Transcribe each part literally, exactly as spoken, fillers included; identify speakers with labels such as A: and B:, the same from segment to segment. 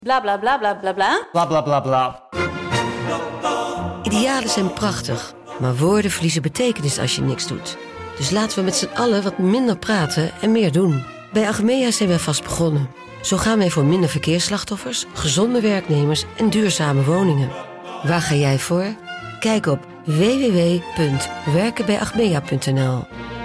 A: Bla bla bla bla bla bla.
B: Bla bla bla bla.
C: Idealen zijn prachtig, maar woorden verliezen betekenis als je niks doet. Dus laten we met z'n allen wat minder praten en meer doen. Bij Achmea zijn wij vast begonnen. Zo gaan wij voor minder verkeersslachtoffers, gezonde werknemers en duurzame woningen. Waar ga jij voor? Kijk op w w w punt werken bij achmea punt n l.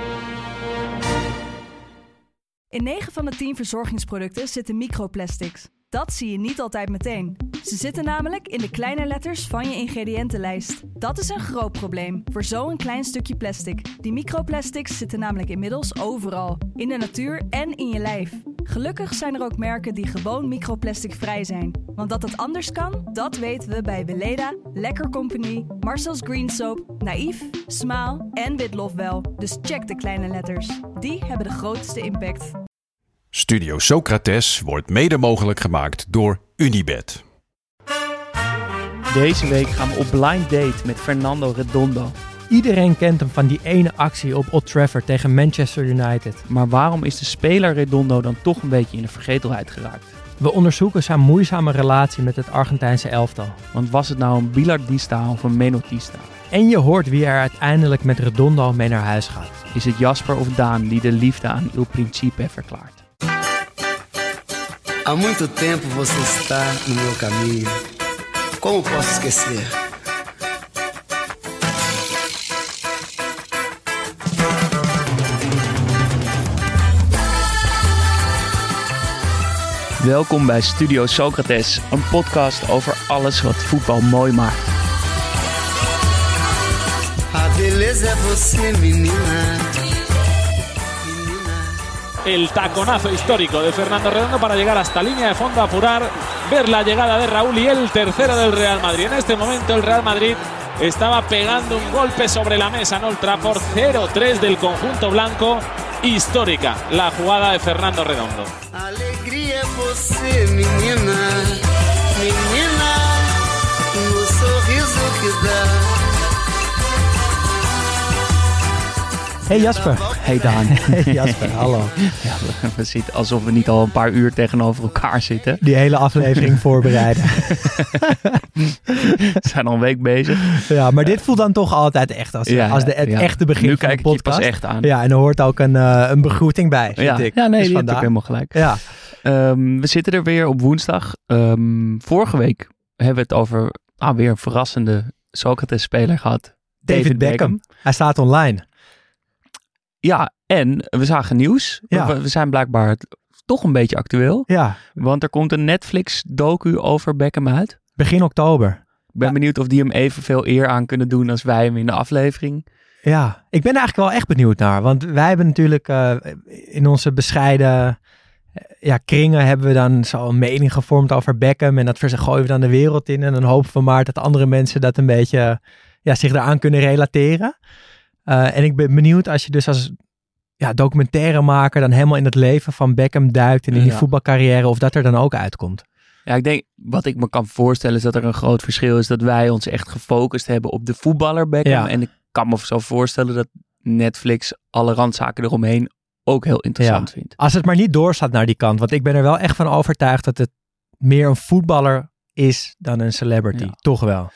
D: In negen van de tien verzorgingsproducten zitten microplastics. Dat zie je niet altijd meteen. Ze zitten namelijk in de kleine letters van je ingrediëntenlijst. Dat is een groot probleem voor zo'n klein stukje plastic. Die microplastics zitten namelijk inmiddels overal. In de natuur en in je lijf. Gelukkig zijn er ook merken die gewoon microplasticvrij zijn. Want dat het anders kan, dat weten we bij Weleda, Lekker Company, Marcel's Green Soap, Naïef, Smaal en Witlof wel. Dus check de kleine letters. Die hebben de grootste impact.
E: Studio Socrates wordt mede mogelijk gemaakt door Unibet.
F: Deze week gaan we op blind date met Fernando Redondo.
G: Iedereen kent hem van die ene actie op Old Trafford tegen Manchester United.
F: Maar waarom is de speler Redondo dan toch een beetje in de vergetelheid geraakt?
G: We onderzoeken zijn moeizame relatie met het Argentijnse elftal.
F: Want was het nou een billardista of een menotista?
G: En je hoort wie er uiteindelijk met Redondo mee naar huis gaat.
F: Is het Jasper of Daan die de liefde aan Il Principe verklaart?
H: Há muito tempo você está no meu caminho. Como posso esquecer?
F: Welkom bij Studio Socrates, een podcast over alles wat voetbal mooi maakt.
H: A beleza é você, menina.
I: El taconazo histórico de Fernando Redondo para llegar hasta línea de fondo, apurar, ver la llegada de Raúl y el tercero del Real Madrid. En este momento el Real Madrid estaba pegando un golpe sobre la mesa en Old Trafford, cero tres del conjunto blanco. Histórica la jugada de Fernando Redondo.
H: Alegria é você, menina, menina, no sorriso que dá.
G: Hey Jasper.
F: Hey Daan.
G: Hey Jasper, hallo.
F: Ja, we, we zitten alsof we niet al een paar uur tegenover elkaar zitten.
G: Die hele aflevering voorbereiden.
F: We zijn al een week bezig.
G: Ja, maar dit voelt dan toch altijd echt als,
F: ja,
G: als de, het
F: ja.
G: echte begin
F: nu
G: van de podcast.
F: Nu kijk ik je pas echt aan.
G: Ja, en er hoort ook een, uh, een begroeting bij, vind
F: ja.
G: ik.
F: Ja, nee,
G: dus
F: die heb ik helemaal gelijk.
G: Ja.
F: Um, we zitten er weer op woensdag. Um, vorige week hebben we het over ah, weer een verrassende Socrates-speler gehad.
G: David, David Beckham. Beckham. Hij staat online.
F: Ja, en we zagen nieuws.
G: Ja.
F: We, we zijn blijkbaar toch een beetje actueel.
G: Ja.
F: Want er komt een Netflix-docu over Beckham uit.
G: Begin oktober.
F: Ik ben
G: ja.
F: benieuwd of die hem evenveel eer aan kunnen doen als wij hem in de aflevering.
G: Ja, ik ben er eigenlijk wel echt benieuwd naar. Want wij hebben natuurlijk uh, in onze bescheiden uh, ja, kringen hebben we dan zo een mening gevormd over Beckham. En dat gooien we dan de wereld in. En dan hopen we maar dat andere mensen dat een beetje ja, zich eraan kunnen relateren. Uh, en ik ben benieuwd als je dus als ja, documentairemaker dan helemaal in het leven van Beckham duikt en in die ja. voetbalcarrière, of dat er dan ook uitkomt.
F: Ja, ik denk, wat ik me kan voorstellen is dat er een groot verschil is dat wij ons echt gefocust hebben op de voetballer Beckham. Ja. En ik kan me zo voorstellen dat Netflix alle randzaken eromheen ook heel interessant ja. vindt.
G: Als het maar niet doorstaat naar die kant, want ik ben er wel echt van overtuigd dat het meer een voetballer is dan een celebrity. Ja. Toch wel.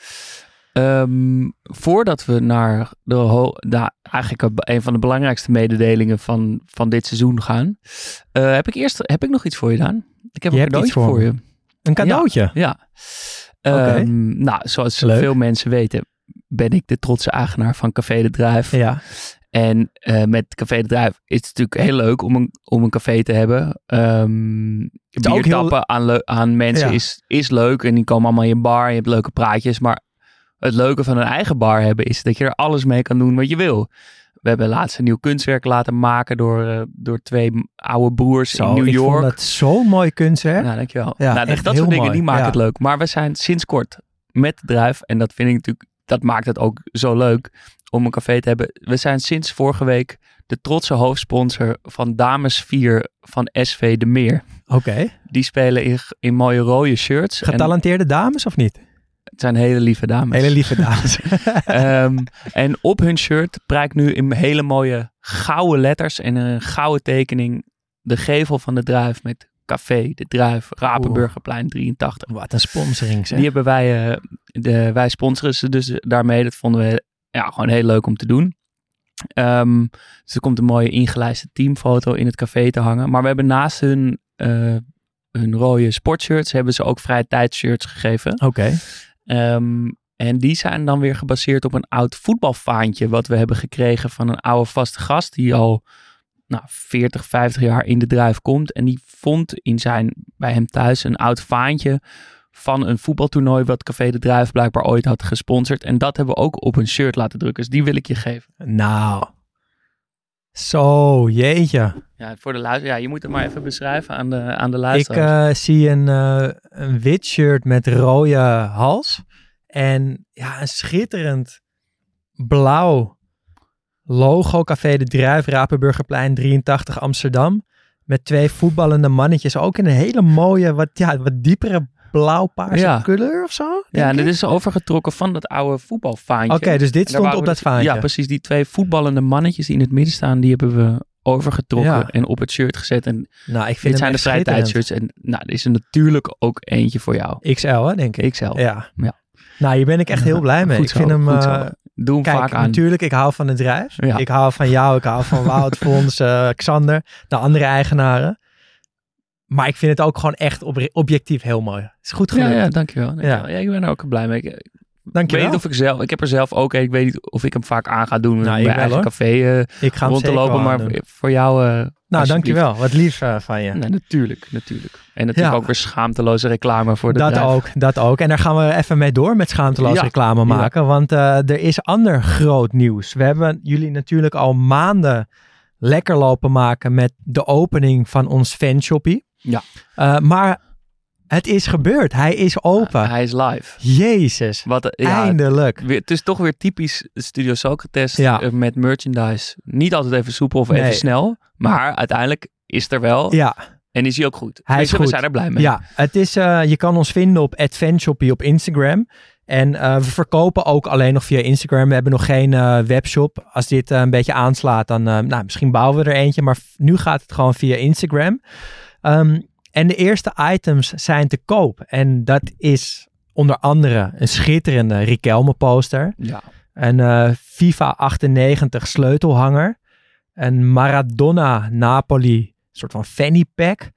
F: Um, voordat we naar de, ho- de eigenlijk een van de belangrijkste mededelingen van, van dit seizoen gaan, uh, heb ik eerst heb ik nog iets voor je, Daan. Ik heb
G: je
F: een cadeautje voor, voor je.
G: Een cadeautje?
F: Ja. ja.
G: Okay.
F: Um, nou, zoals
G: Leuk.
F: veel mensen weten, ben ik de trotse eigenaar van Café de Druif.
G: Ja.
F: En uh, met Café de Druif is het natuurlijk heel leuk om een, om een café te hebben. Um, bier tappen heel... aan, le- aan mensen ja. is, is leuk. En die komen allemaal in je bar. Je hebt leuke praatjes. Maar het leuke van een eigen bar hebben is dat je er alles mee kan doen wat je wil. We hebben laatst een nieuw kunstwerk laten maken door, uh, door twee oude broers
G: zo,
F: in New
G: ik
F: York.
G: Ik vond dat zo'n mooi kunstwerk.
F: Nou, dankjewel.
G: Ja,
F: nou,
G: echt
F: dat soort dingen
G: mooi.
F: die maken
G: ja.
F: het leuk. Maar we zijn sinds kort met de Druif. En dat vind ik natuurlijk, dat maakt het ook zo leuk om een café te hebben. We zijn sinds vorige week de trotse hoofdsponsor van Dames vier van S V De Meer.
G: Oké. Okay.
F: Die spelen in, in mooie rode shirts.
G: Getalenteerde en, dames of niet?
F: Het zijn hele lieve dames.
G: Hele lieve dames.
F: um, en op hun shirt prijkt nu in hele mooie gouden letters en een gouden tekening de gevel van de Druif met Café de Druif, Rapenburgerplein drieëntachtig.
G: Wat een sponsoring, zeg.
F: Die hebben wij, uh, de, wij sponsoren ze dus daarmee. Dat vonden we ja, gewoon heel leuk om te doen. Um, dus er komt een mooie ingelijste teamfoto in het café te hangen. Maar we hebben naast hun, uh, hun rode sportshirts, hebben ze ook vrije tijdshirts gegeven.
G: Oké. Okay.
F: Um, en die zijn dan weer gebaseerd op een oud voetbalfaantje wat we hebben gekregen van een oude vaste gast die al nou, veertig, vijftig jaar in de Druif komt. En die vond in zijn, bij hem thuis een oud faantje van een voetbaltoernooi wat Café de Druif blijkbaar ooit had gesponsord. En dat hebben we ook op een shirt laten drukken. Dus die wil ik je geven.
G: Nou, zo, jeetje.
F: Ja, voor de luister, ja, je moet het maar even beschrijven aan de, aan de luisteraars.
G: Ik uh, zie een, uh, een wit shirt met rode hals. En ja, een schitterend blauw logo. Café de Druif, Rapenburgerplein drieëntachtig Amsterdam. Met twee voetballende mannetjes. Ook in een hele mooie, wat, ja, wat diepere blauw-paarse ja. kleur of zo.
F: Ja, en dit is overgetrokken van dat oude voetbalfaantje.
G: Oké, okay, dus dit stond op dat faantje.
F: Ja, precies. Die twee voetballende mannetjes die in het midden staan, die hebben we overgetrokken ja. en op het shirt gezet. En
G: nou, ik vind
F: dit zijn de vrije tijdshirts. En nou, er is er natuurlijk ook eentje voor jou.
G: X L, hè, denk ik.
F: X L.
G: Ja.
F: ja.
G: Nou, hier ben ik echt heel blij mee.
F: Goed
G: ik vind
F: zo,
G: hem...
F: Uh, Doe hem
G: kijk,
F: vaak aan.
G: Natuurlijk, ik hou van de Druif.
F: Ja.
G: Ik hou van jou, ik hou van Wout, Fons, uh, Xander, de andere eigenaren. Maar ik vind het ook gewoon echt ob- objectief heel mooi. Het is goed gelukt.
F: Ja, ja dankjewel. dankjewel. Ja. ja, ik ben er ook blij mee. Ik,
G: dankjewel.
F: Ik weet niet of ik zelf... Ik heb er zelf ook een. Ik weet niet of ik hem vaak aan ga doen.
G: Nou,
F: bij
G: ik
F: eigen
G: wel,
F: café uh,
G: ik ga
F: rond te lopen. Maar doen. Voor jou... Uh,
G: nou, dankjewel. Wat lief uh, van je.
F: Nee, natuurlijk, natuurlijk. En natuurlijk ja. ook weer schaamteloze reclame voor de
G: Dat
F: Druif.
G: ook, dat ook. En daar gaan we even mee door met schaamteloze ja. reclame maken. Ja. Want uh, er is ander groot nieuws. We hebben jullie natuurlijk al maanden lekker lopen maken met de opening van ons fanshoppie.
F: Ja.
G: Uh, maar het is gebeurd. Hij is open.
F: Uh, hij is live.
G: Jezus.
F: Wat, ja,
G: eindelijk.
F: Weer, het is toch weer typisch Studio Socrates
G: ja.
F: uh, met merchandise. Niet altijd even soepel of nee. even snel. Maar uiteindelijk is er wel.
G: Ja.
F: En is hij ook goed.
G: Hij
F: dus
G: is
F: we
G: goed.
F: zijn er blij mee.
G: Ja, het is, uh, je kan ons vinden op at fanshoppie op Instagram. En uh, we verkopen ook alleen nog via Instagram. We hebben nog geen uh, webshop. Als dit uh, een beetje aanslaat, dan uh, nou, misschien bouwen we er eentje. Maar f- nu gaat het gewoon via Instagram. Um, en de eerste items zijn te koop. En dat is onder andere een schitterende Riquelme poster.
F: Ja.
G: Een uh, FIFA achtennegentig sleutelhanger. Een Maradona Napoli soort van fanny pack.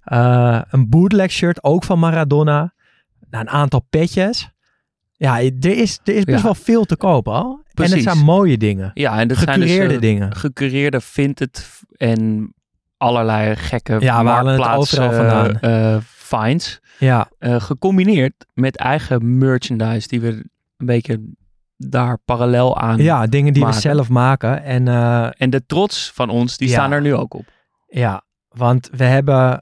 G: Uh, een bootleg shirt, ook van Maradona. Nou, een aantal petjes. Ja, er is, er is best ja. wel veel te koop al. Precies. En het zijn mooie dingen.
F: Ja, en dat
G: gecureerde
F: zijn dus, uh,
G: dingen.
F: Gecureerde vintage en allerlei gekke
G: ja, we halen het overal vandaan.
F: Uh, finds.
G: Ja.
F: Uh, gecombineerd met eigen merchandise die we een beetje daar parallel aan
G: Ja, dingen die
F: maken.
G: we zelf maken. En, uh,
F: en de trots van ons, die ja. staan er nu ook op.
G: Ja, want we hebben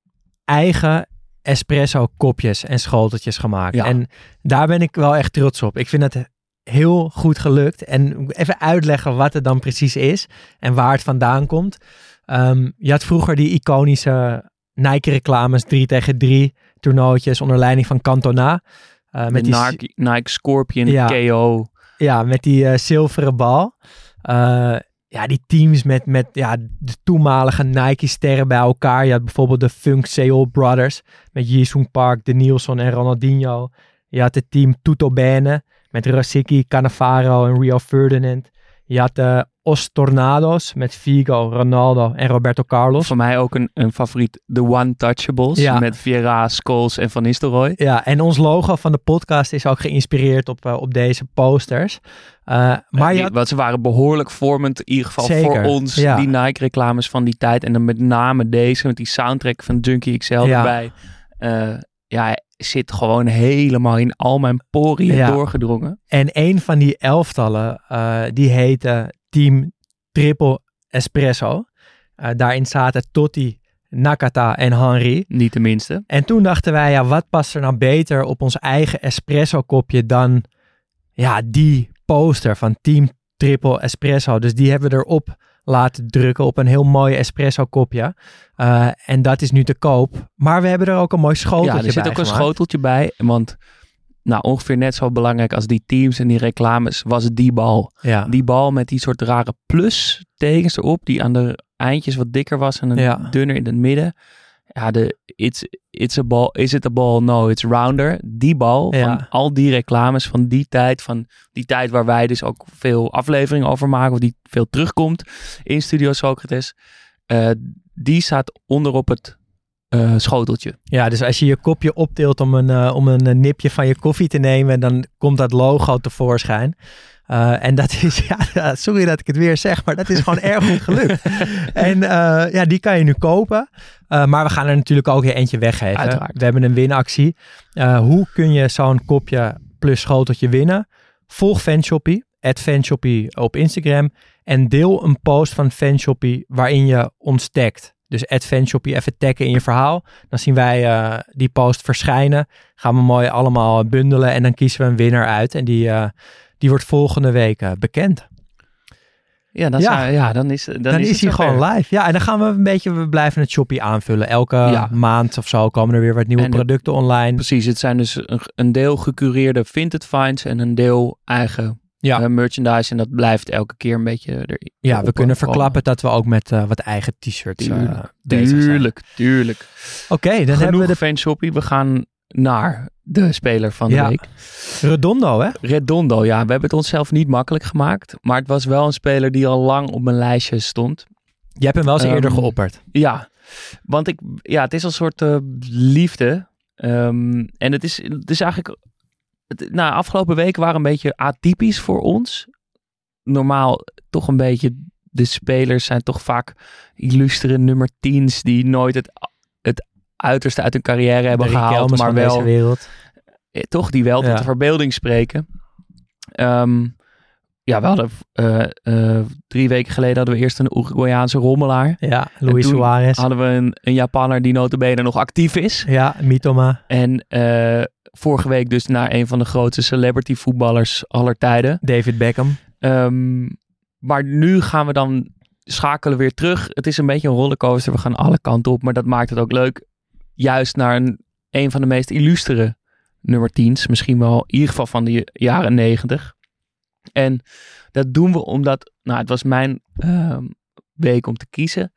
G: eigen espresso kopjes en schoteltjes gemaakt. Ja. En daar ben ik wel echt trots op. Ik vind het heel goed gelukt. En even uitleggen wat het dan precies is en waar het vandaan komt. Um, je had vroeger die iconische Nike reclames, drie tegen drie toernooitjes onder leiding van Cantona.
F: Uh, met de die Nike, Nike Scorpion ja, K O.
G: Ja, met die uh, zilveren bal. Uh, ja, die teams met, met ja, de toenmalige Nike-sterren bij elkaar. Je had bijvoorbeeld de Funk Seoul Brothers met Jisung Park, De Nielsen en Ronaldinho. Je had het team Tutto Bene met Rosicky, Cannavaro en Rio Ferdinand. Je had de Os Tornados met Figo, Ronaldo en Roberto Carlos.
F: Voor mij ook een, een favoriet, de One Touchables ja. met Vieira, Scholes en Van Nistelrooy.
G: Ja, en ons logo van de podcast is ook geïnspireerd op, uh, op deze posters. Uh, maar
F: die,
G: had...
F: Want ze waren behoorlijk vormend, in ieder geval
G: Zeker,
F: voor ons,
G: ja.
F: die Nike-reclames van die tijd. En dan met name deze, met die soundtrack van Junkie X L ja. erbij. Uh, ja, zit gewoon helemaal in al mijn poriën ja. doorgedrongen.
G: En een van die elftallen, uh, die heette Team Triple Espresso. Uh, daarin zaten Totti, Nakata en Henry.
F: Niet de minste.
G: En toen dachten wij, ja, wat past er nou beter op ons eigen espresso kopje dan ja, die poster van Team Triple Espresso. Dus die hebben we erop laten drukken op een heel mooi espresso kopje. Uh, en dat is nu te koop. Maar we hebben er ook een mooi schoteltje bij
F: Ja, er zit ook
G: gemaakt.
F: een schoteltje bij. Want nou, ongeveer net zo belangrijk als die teams en die reclames was het die bal.
G: Ja.
F: Die bal met die soort rare plus tekens erop. Die aan de eindjes wat dikker was en een ja. dunner in het midden. Ja, de it's, it's a ball, is it a ball? No, it's rounder. Die bal,
G: Ja.
F: van al die reclames van die tijd, van die tijd waar wij dus ook veel afleveringen over maken, of die veel terugkomt in Studio Socrates, uh, die staat onderop het uh, schoteltje.
G: Ja, dus als je je kopje optilt om een, uh, om een nipje van je koffie te nemen, dan komt dat logo tevoorschijn. Uh, en dat is, ja, sorry dat ik het weer zeg, maar dat is gewoon erg goed gelukt. En uh, ja, die kan je nu kopen. Uh, maar we gaan er natuurlijk ook weer eentje weggeven.
F: Uiteraard.
G: We hebben een winactie. Uh, hoe kun je zo'n kopje plus schoteltje winnen? Volg Fanshoppie, at Fanshoppie op Instagram. En deel een post van Fanshoppie waarin je ons tagt. Dus at Fanshoppie even taggen in je verhaal. Dan zien wij uh, die post verschijnen. Gaan we mooi allemaal bundelen en dan kiezen we een winnaar uit. En die... Uh, Die wordt volgende week uh, bekend.
F: Ja, dan,
G: ja.
F: Zijn, ja, dan is, dan
G: dan
F: is,
G: is hij gewoon live. Ja, en dan gaan we een beetje, we blijven het shoppie aanvullen. Elke
F: ja.
G: maand of zo komen er weer wat nieuwe
F: en
G: producten
F: het,
G: online.
F: Precies, het zijn dus een, een deel gecureerde vintage finds en een deel eigen ja. uh, merchandise. En dat blijft elke keer een beetje er.
G: Ja, we kunnen verklappen dat we ook met uh, wat eigen t-shirts
F: tuurlijk,
G: uh, bezig zijn.
F: Tuurlijk, tuurlijk.
G: Oké, okay, dan
F: Genoeg
G: hebben we de
F: fanshoppie. We gaan naar de speler van de
G: ja.
F: week.
G: Redondo, hè?
F: Redondo, ja. We hebben het onszelf niet makkelijk gemaakt. Maar het was wel een speler die al lang op mijn lijstje stond.
G: Je hebt hem wel eens um, eerder geopperd.
F: Ja, want ik, ja, het is een soort uh, liefde. Um, en het is, het is eigenlijk... Het, nou, afgelopen weken waren een beetje atypisch voor ons. Normaal toch een beetje... De spelers zijn toch vaak illustere nummer tien's die nooit het... het uiterste uit hun carrière hebben
G: de
F: gehaald, maar wel
G: deze wereld.
F: Eh, toch die wel tot ja. de verbeelding spreken. Um, ja, we hadden uh, uh, drie weken geleden hadden we eerst een Uruguayaanse rommelaar.
G: Ja, Luis Suarez.
F: Hadden we een, een Japanner die nota bene nog actief is.
G: Ja, Mitoma.
F: En uh, vorige week dus naar een van de grootste celebrity voetballers aller tijden.
G: David Beckham.
F: Um, maar nu gaan we dan schakelen weer terug. Het is een beetje een rollercoaster. We gaan alle kanten op, maar dat maakt het ook leuk. Juist naar een, een van de meest illustere nummer tien's. Misschien wel in ieder geval van de jaren negentig. En dat doen we omdat... Nou, het was mijn uh, week om te kiezen.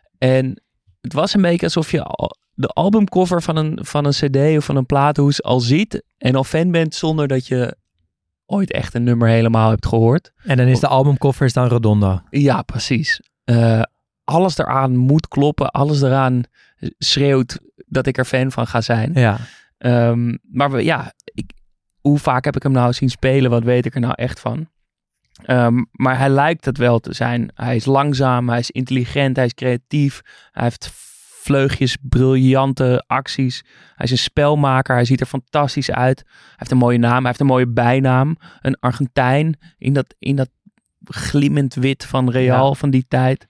F: En het was een beetje alsof je al, de albumcover van een, van een cd of van een platenhoes al ziet. En al fan bent zonder dat je ooit echt een nummer helemaal hebt gehoord.
G: En dan is de albumcover is dan Redondo.
F: Ja, precies. Uh, alles eraan moet kloppen. Alles eraan schreeuwt dat ik er fan van ga zijn.
G: Ja.
F: Um, maar we, ja, ik, hoe vaak heb ik hem nou zien spelen? Wat weet ik er nou echt van? Um, maar hij lijkt het wel te zijn. Hij is langzaam, hij is intelligent, hij is creatief. Hij heeft vleugjes, briljante acties. Hij is een spelmaker, hij ziet er fantastisch uit. Hij heeft een mooie naam, hij heeft een mooie bijnaam. Een Argentijn in dat, in dat glimmend wit van Real ja. van die tijd.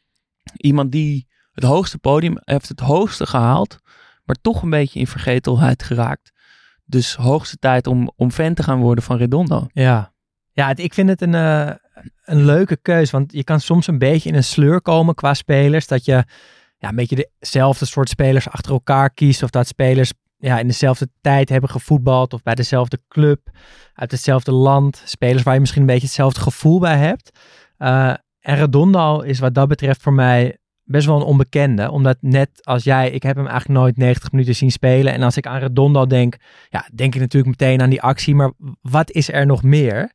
F: Iemand die het hoogste podium heeft, het hoogste gehaald, maar toch een beetje in vergetelheid geraakt. Dus hoogste tijd om, om fan te gaan worden van Redondo.
G: Ja, ja het, ik vind het een, uh, een leuke keus, want je kan soms een beetje in een sleur komen qua spelers, dat je ja, een beetje dezelfde soort spelers achter elkaar kiest, of dat spelers ja, in dezelfde tijd hebben gevoetbald, of bij dezelfde club, uit hetzelfde land, spelers waar je misschien een beetje hetzelfde gevoel bij hebt. Uh, en Redondo is wat dat betreft voor mij best wel een onbekende, omdat net als jij, ik heb hem eigenlijk nooit negentig minuten zien spelen. En als ik aan Redondo denk, ja, denk ik natuurlijk meteen aan die actie, maar wat is er nog meer?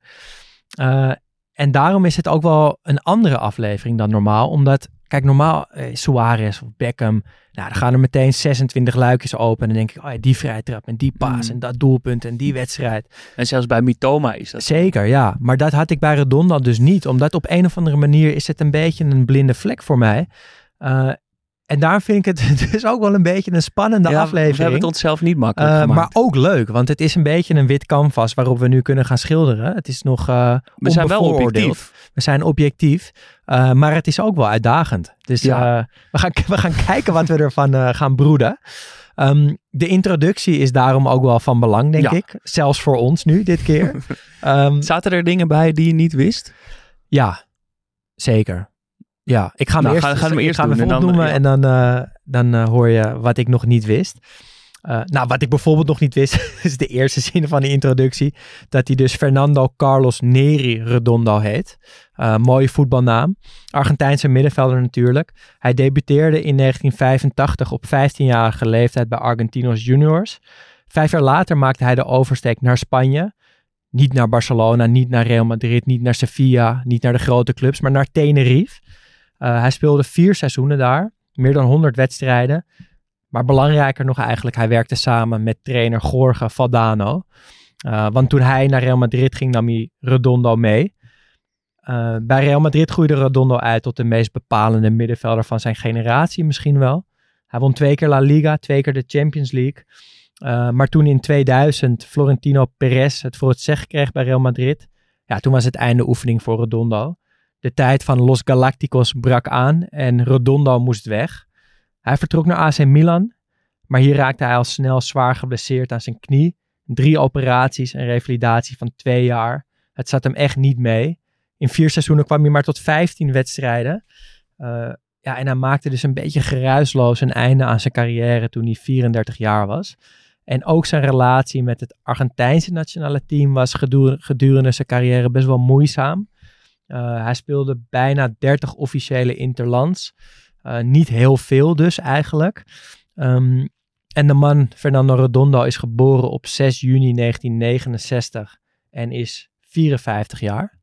G: Uh, en daarom is het ook wel een andere aflevering dan normaal, omdat, kijk, normaal eh, Suarez of Beckham, nou, dan gaan er meteen zesentwintig luikjes open en dan denk ik, oh ja, die vrijtrap en die paas mm. en dat doelpunt en die wedstrijd.
F: En zelfs bij Mitoma is dat.
G: Zeker, ja. Maar dat had ik bij Redondo dus niet, omdat op een of andere manier is het een beetje een blinde vlek voor mij. Uh, en daarom vind ik het dus ook wel een beetje een spannende
F: ja,
G: aflevering.
F: We hebben het onszelf niet makkelijk uh, gemaakt.
G: Maar ook leuk, want het is een beetje een wit canvas waarop we nu kunnen gaan schilderen. Het is nog uh,
F: We zijn wel objectief.
G: We zijn objectief, uh, maar het is ook wel uitdagend. Dus ja. uh, we, gaan, we gaan kijken wat we ervan uh, gaan broeden. Um, de introductie is daarom ook wel van belang, denk ja. ik. Zelfs voor ons nu, dit keer. um,
F: Zaten er dingen bij die je niet wist?
G: Ja, zeker. Ja, ik ga hem
F: nou,
G: eerst,
F: ga, ga hem eerst
G: ik ga
F: doen,
G: hem even
F: en dan,
G: opnoemen
F: ja.
G: en dan, uh, dan uh, hoor je wat ik nog niet wist. Uh, nou, wat ik bijvoorbeeld nog niet wist, is de eerste zin van de introductie, dat hij dus Fernando Carlos Neri Redondo heet. Uh, mooie voetbalnaam. Argentijnse middenvelder natuurlijk. Hij debuteerde in negentien vijfentachtig op vijftienjarige leeftijd bij Argentinos Juniors. Vijf jaar later maakte hij de oversteek naar Spanje. Niet naar Barcelona, niet naar Real Madrid, niet naar Sevilla, niet naar de grote clubs, maar naar Tenerife. Uh, hij speelde vier seizoenen daar, meer dan honderd wedstrijden. Maar belangrijker nog eigenlijk, hij werkte samen met trainer Jorge Valdano. Uh, want toen hij naar Real Madrid ging, nam hij Redondo mee. Uh, bij Real Madrid groeide Redondo uit tot de meest bepalende middenvelder van zijn generatie misschien wel. Hij won twee keer La Liga, twee keer de Champions League. Uh, maar toen in tweeduizend Florentino Perez het voor het zeggen kreeg bij Real Madrid, ja, toen was het einde oefening voor Redondo. De tijd van Los Galacticos brak aan en Redondo moest weg. Hij vertrok naar A C Milan, maar hier raakte hij al snel zwaar geblesseerd aan zijn knie. Drie operaties en revalidatie van twee jaar. Het zat hem echt niet mee. In vier seizoenen kwam hij maar tot vijftien wedstrijden. Uh, ja, en hij maakte dus een beetje geruisloos een einde aan zijn carrière toen hij vierendertig jaar was. En ook zijn relatie met het Argentijnse nationale team was gedurende, gedurende zijn carrière best wel moeizaam. Uh, hij speelde bijna dertig officiële interlands. Uh, niet heel veel dus eigenlijk. Um, en de man Fernando Redondo is geboren op zes juni negentien negenenzestig en is vierenvijftig jaar.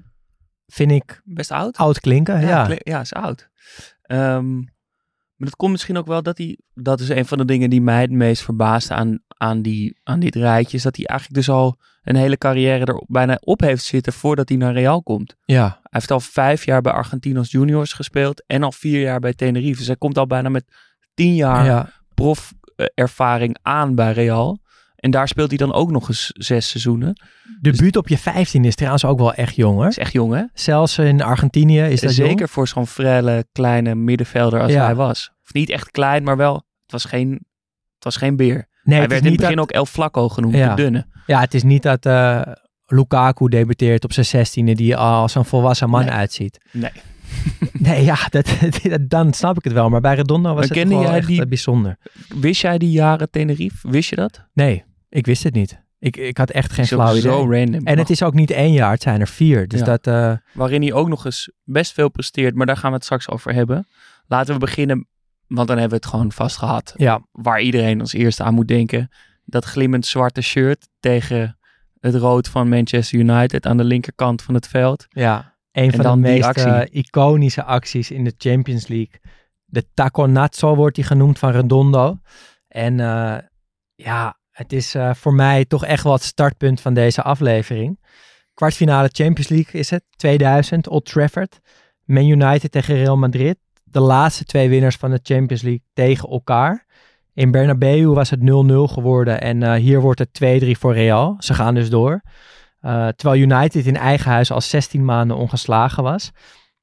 G: Vind ik
F: best oud.
G: Oud klinken, ja.
F: Ja, kli- ja is oud. Um, maar dat komt misschien ook wel dat hij, dat is een van de dingen die mij het meest verbaasde aan, aan, die, aan dit rijtje, is dat hij eigenlijk dus al een hele carrière er bijna op heeft zitten voordat hij naar Real komt.
G: Ja.
F: Hij heeft al vijf jaar bij Argentinos Juniors gespeeld en al vier jaar bij Tenerife. Dus hij komt al bijna met tien jaar
G: ja.
F: profervaring aan bij Real. En daar speelt hij dan ook nog eens zes seizoenen.
G: Debuut op je vijftien is trouwens ook wel echt jong, hè?
F: Is echt jong, hè?
G: Zelfs in Argentinië is dat
F: Zeker
G: jong.
F: voor zo'n frelle, kleine middenvelder als
G: ja.
F: hij was. Of niet echt klein, maar wel, het was geen, het was geen beer.
G: Nee,
F: hij werd in het begin
G: dat...
F: ook El Flaco genoemd,
G: ja.
F: de dunne.
G: Ja, het is niet dat uh, Lukaku debuteert op zijn zestiende, die al als een volwassen man
F: nee.
G: uitziet.
F: Nee.
G: Nee, ja, dat, dat, dan snap ik het wel. Maar bij Redondo was maar het gewoon echt die... bijzonder.
F: Wist jij die jaren Tenerife? Wist je dat?
G: Nee, ik wist het niet. Ik, ik had echt geen flauw idee.
F: Zo random.
G: En het is ook niet één jaar, het zijn er vier. Dus
F: ja.
G: dat, uh...
F: Waarin hij ook nog eens best veel presteert, maar daar gaan we het straks over hebben. Laten we beginnen, want dan hebben we het gewoon vast gehad.
G: Ja.
F: Waar iedereen als eerste aan moet denken. Dat glimmend zwarte shirt tegen het rood van Manchester United aan de linkerkant van het veld.
G: Ja, een van de meest uh, iconische acties in de Champions League. De taconazzo wordt die genoemd van Redondo. En uh, ja... Het is uh, voor mij toch echt wel het startpunt van deze aflevering. Kwartfinale Champions League is het, tweeduizend, Old Trafford. Man United tegen Real Madrid. De laatste twee winnaars van de Champions League tegen elkaar. In Bernabeu was het nul nul geworden en uh, hier wordt het twee drie voor Real. Ze gaan dus door. Uh, terwijl United in eigen huis al zestien maanden ongeslagen was.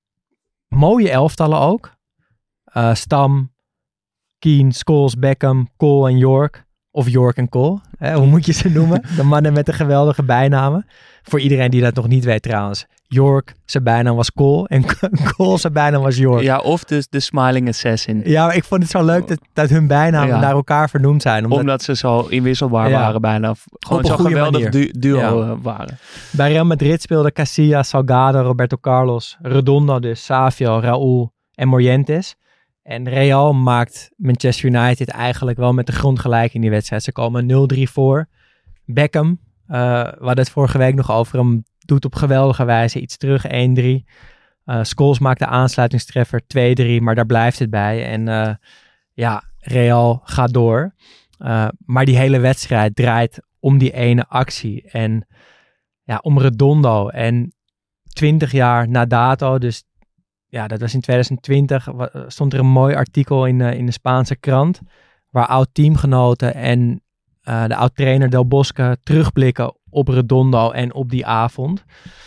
G: Mooie elftallen ook. Uh, Stam, Keane, Scholes, Beckham, Cole en York. Of York en Cole, hè, hoe moet je ze noemen? De mannen met de geweldige bijnamen. Voor iedereen die dat nog niet weet trouwens. York, zijn bijnaam was Cole. En Cole, zijn bijnaam was York.
F: Ja, of de, de Smiling Assassin.
G: Ja, maar ik vond het zo leuk dat, dat hun bijnamen ja. naar elkaar vernoemd zijn.
F: Omdat, omdat ze zo inwisselbaar ja. waren bijna. Gewoon zo'n geweldig du- duo ja. waren.
G: Bij Real Madrid speelden Casillas, Salgado, Roberto Carlos, Redondo dus, Savio, Raúl en Morientes. En Real maakt Manchester United eigenlijk wel met de grond gelijk in die wedstrijd. Ze komen nul drie voor. Beckham, uh, we hadden het vorige week nog over hem, doet op geweldige wijze iets terug, één drie. Uh, Scholes maakt de aansluitingstreffer twee drie, maar daar blijft het bij. En uh, ja, Real gaat door. Uh, maar die hele wedstrijd draait om die ene actie. En ja, om Redondo. En twintig jaar na dato, dus ja, dat was in twintig twintig, stond er een mooi artikel in, uh, in de Spaanse krant, waar oud-teamgenoten en uh, de oud-trainer Del Bosque terugblikken op Redondo en op die avond.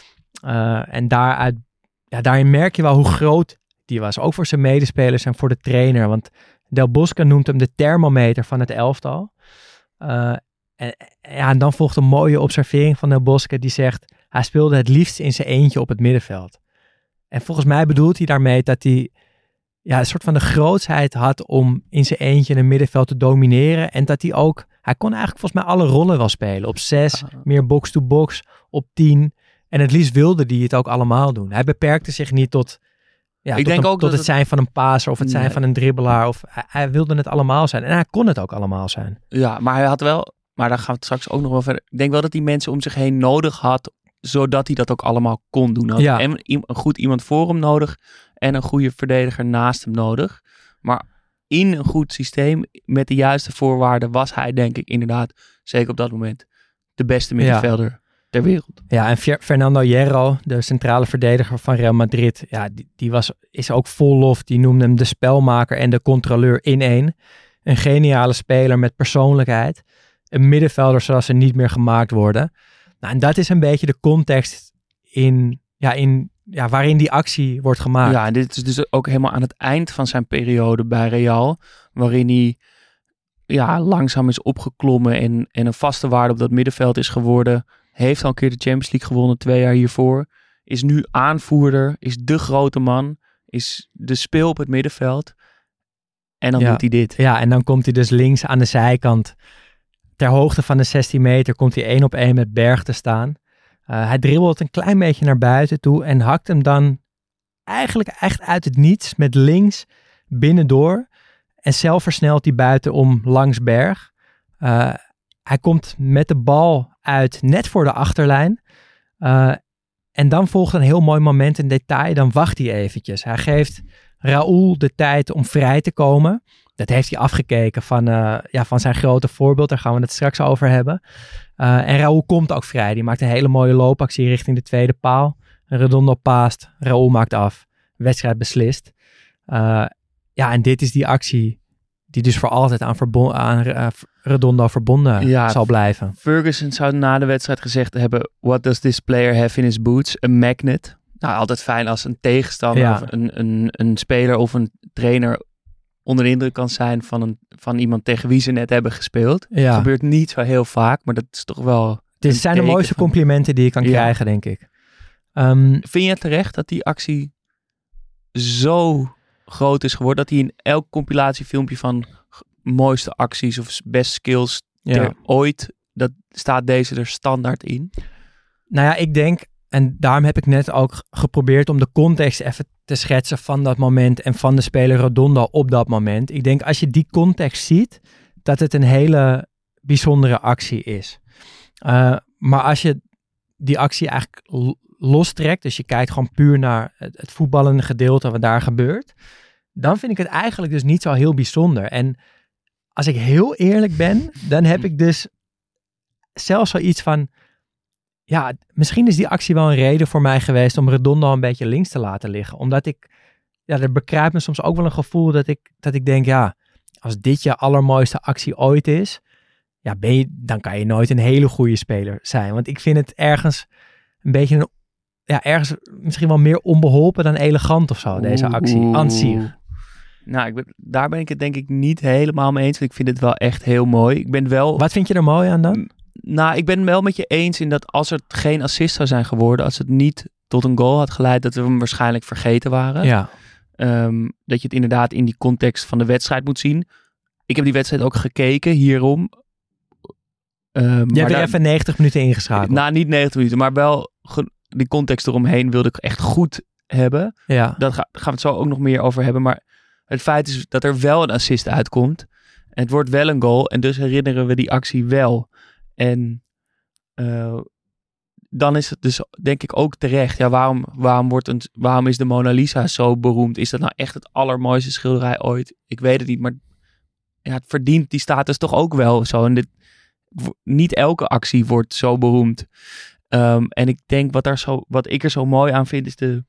G: Uh, en daaruit, ja, daarin merk je wel hoe groot die was, ook voor zijn medespelers en voor de trainer, want Del Bosque noemt hem de thermometer van het elftal. Uh, en, ja, en dan volgt een mooie observering van Del Bosque, die zegt, hij speelde het liefst in zijn eentje op het middenveld. En volgens mij bedoelt hij daarmee dat hij ja, een soort van de grootsheid had om in zijn eentje een middenveld te domineren. En dat hij ook, hij kon eigenlijk volgens mij alle rollen wel spelen. Op zes, uh-huh. meer box-to-box, op tien. En het liefst wilde hij het ook allemaal doen. Hij beperkte zich niet tot, ja,
F: ik
G: tot,
F: denk
G: een,
F: ook
G: tot
F: dat
G: het zijn van een paser of het
F: nee.
G: zijn van een dribbelaar. Of, hij, hij wilde het allemaal zijn. En hij kon het ook allemaal zijn.
F: Ja, maar hij had wel, maar daar gaan we het straks ook nog wel verder. Ik denk wel dat hij mensen om zich heen nodig had, zodat hij dat ook allemaal kon doen. Hij had
G: Ja.
F: en een goed iemand voor hem nodig en een goede verdediger naast hem nodig. Maar in een goed systeem met de juiste voorwaarden was hij denk ik inderdaad, zeker op dat moment, de beste middenvelder ja. ter wereld.
G: Ja, en Fernando Hierro, de centrale verdediger van Real Madrid, ja, die, die was, is ook vol lof. Die noemde hem de spelmaker en de controleur in één. Een geniale speler met persoonlijkheid. Een middenvelder zoals ze niet meer gemaakt worden. Nou, en dat is een beetje de context in, ja, in, ja, waarin die actie wordt gemaakt.
F: Ja, en dit is dus ook helemaal aan het eind van zijn periode bij Real, waarin hij ja, langzaam is opgeklommen en, en een vaste waarde op dat middenveld is geworden. Heeft al een keer de Champions League gewonnen, twee jaar hiervoor. Is nu aanvoerder, is de grote man, is de speel op het middenveld. En dan
G: ja.
F: doet hij dit.
G: Ja, en dan komt hij dus links aan de zijkant. Ter hoogte van de zestien meter komt hij één op één met Berg te staan. Uh, hij dribbelt een klein beetje naar buiten toe en hakt hem dan eigenlijk echt uit het niets met links binnendoor. En zelf versnelt hij buiten om langs Berg. Uh, hij komt met de bal uit net voor de achterlijn. Uh, en dan volgt een heel mooi moment in detail. Dan wacht hij eventjes. Hij geeft Raúl de tijd om vrij te komen. Dat heeft hij afgekeken van, uh, ja, van zijn grote voorbeeld. Daar gaan we het straks over hebben. Uh, en Raúl komt ook vrij. Die maakt een hele mooie loopactie richting de tweede paal. Redondo paast. Raúl maakt af. Wedstrijd beslist. Uh, ja, en dit is die actie die dus voor altijd aan, verbon- aan uh, Redondo verbonden ja, zal blijven.
F: Ferguson zou na de wedstrijd gezegd hebben: what does this player have in his boots? A magnet. Nou, altijd fijn als een tegenstander ja. of een, een, een speler of een trainer onder de indruk kan zijn van, een, van iemand tegen wie ze net hebben gespeeld. Ja. Dat gebeurt niet zo heel vaak, maar dat is toch wel...
G: Dit zijn de mooiste van... complimenten die je kan ja. krijgen, denk ik. Um,
F: Vind je het terecht dat die actie zo groot is geworden, dat hij in elk compilatiefilmpje van mooiste acties of best skills ja. ter ooit, dat staat deze er standaard in?
G: Nou ja, ik denk, en daarom heb ik net ook geprobeerd om de context even te schetsen van dat moment en van de speler Redondo op dat moment. Ik denk als je die context ziet, dat het een hele bijzondere actie is. Uh, maar als je die actie eigenlijk lostrekt, dus je kijkt gewoon puur naar het, het voetballende gedeelte wat daar gebeurt, dan vind ik het eigenlijk dus niet zo heel bijzonder. En als ik heel eerlijk ben, dan heb ik dus zelfs zoiets van, ja, misschien is die actie wel een reden voor mij geweest om Redondo een beetje links te laten liggen. Omdat ik, ja, er bekruipt me soms ook wel een gevoel dat ik, dat ik denk, ja, als dit je allermooiste actie ooit is, ja, ben je, dan kan je nooit een hele goede speler zijn. Want ik vind het ergens een beetje een, ja, ergens misschien wel meer onbeholpen dan elegant of zo, deze actie. Aan zich.
F: Nou, ik ben, daar ben ik het denk ik niet helemaal mee eens. Want ik vind het wel echt heel mooi. Ik ben wel...
G: Wat vind je er mooi aan dan?
F: Nou, ik ben het wel met je eens in dat als het geen assist zou zijn geworden, als het niet tot een goal had geleid, dat we hem waarschijnlijk vergeten waren.
G: Ja.
F: Um, dat je het inderdaad in die context van de wedstrijd moet zien. Ik heb die wedstrijd ook gekeken, hierom.
G: Um, Jij hebt er daar, even negentig minuten ingeschakeld.
F: Nou, niet negentig minuten, maar wel ge, die context eromheen wilde ik echt goed hebben.
G: Ja.
F: Daar ga, gaan we het zo ook nog meer over hebben. Maar het feit is dat er wel een assist uitkomt. En het wordt wel een goal. En dus herinneren we die actie wel. En uh, dan is het dus denk ik ook terecht. Ja, waarom, waarom, wordt een, waarom is de Mona Lisa zo beroemd? Is dat nou echt het allermooiste schilderij ooit? Ik weet het niet, maar ja, het verdient die status toch ook wel zo. En dit, niet elke actie wordt zo beroemd. Um, en ik denk wat, daar zo, wat ik er zo mooi aan vind is de,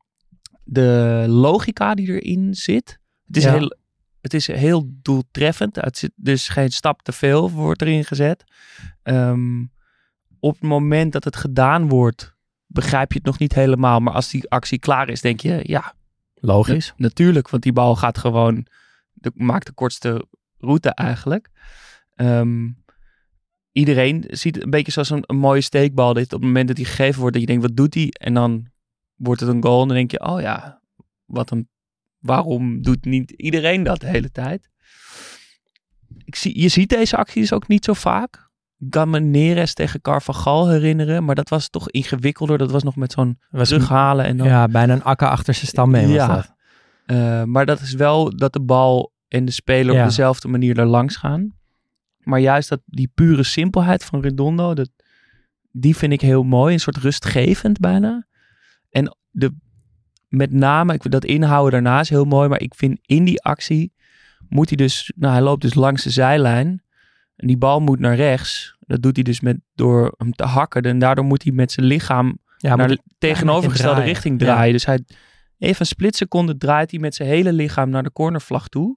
F: de logica die erin zit. Het is, ja. heel, het is heel doeltreffend. Het zit dus geen stap te veel wordt erin gezet. Um, op het moment dat het gedaan wordt, begrijp je het nog niet helemaal. Maar als die actie klaar is, denk je, ja,
G: logisch.
F: Na- natuurlijk, want die bal gaat gewoon, de, maakt de kortste route eigenlijk. Um, iedereen ziet het een beetje zoals een, een mooie steekbal. Dat op het moment dat die gegeven wordt, dat je denkt, wat doet hij? En dan wordt het een goal en dan denk je, oh ja, wat een, waarom doet niet iedereen dat de hele tijd? Ik zie, je ziet deze acties ook niet zo vaak. Ik kan me Neres tegen Carvajal herinneren, maar dat was toch ingewikkelder. Dat was nog met zo'n terughalen. En dan...
G: Ja, bijna een akker achter zijn stambeen was
F: ja.
G: dat.
F: Uh, maar dat is wel dat de bal en de speler ja. op dezelfde manier er langs gaan. Maar juist dat, die pure simpelheid van Redondo, dat, die vind ik heel mooi. Een soort rustgevend bijna. En de, met name, ik vind dat inhouden daarna is heel mooi. Maar ik vind in die actie moet hij dus, nou hij loopt dus langs de zijlijn. En die bal moet naar rechts. Dat doet hij dus met, door hem te hakken. En daardoor moet hij met zijn lichaam ja, naar de tegenovergestelde richting draaien. Ja. Dus hij, even een splitseconde draait hij met zijn hele lichaam naar de cornervlag toe.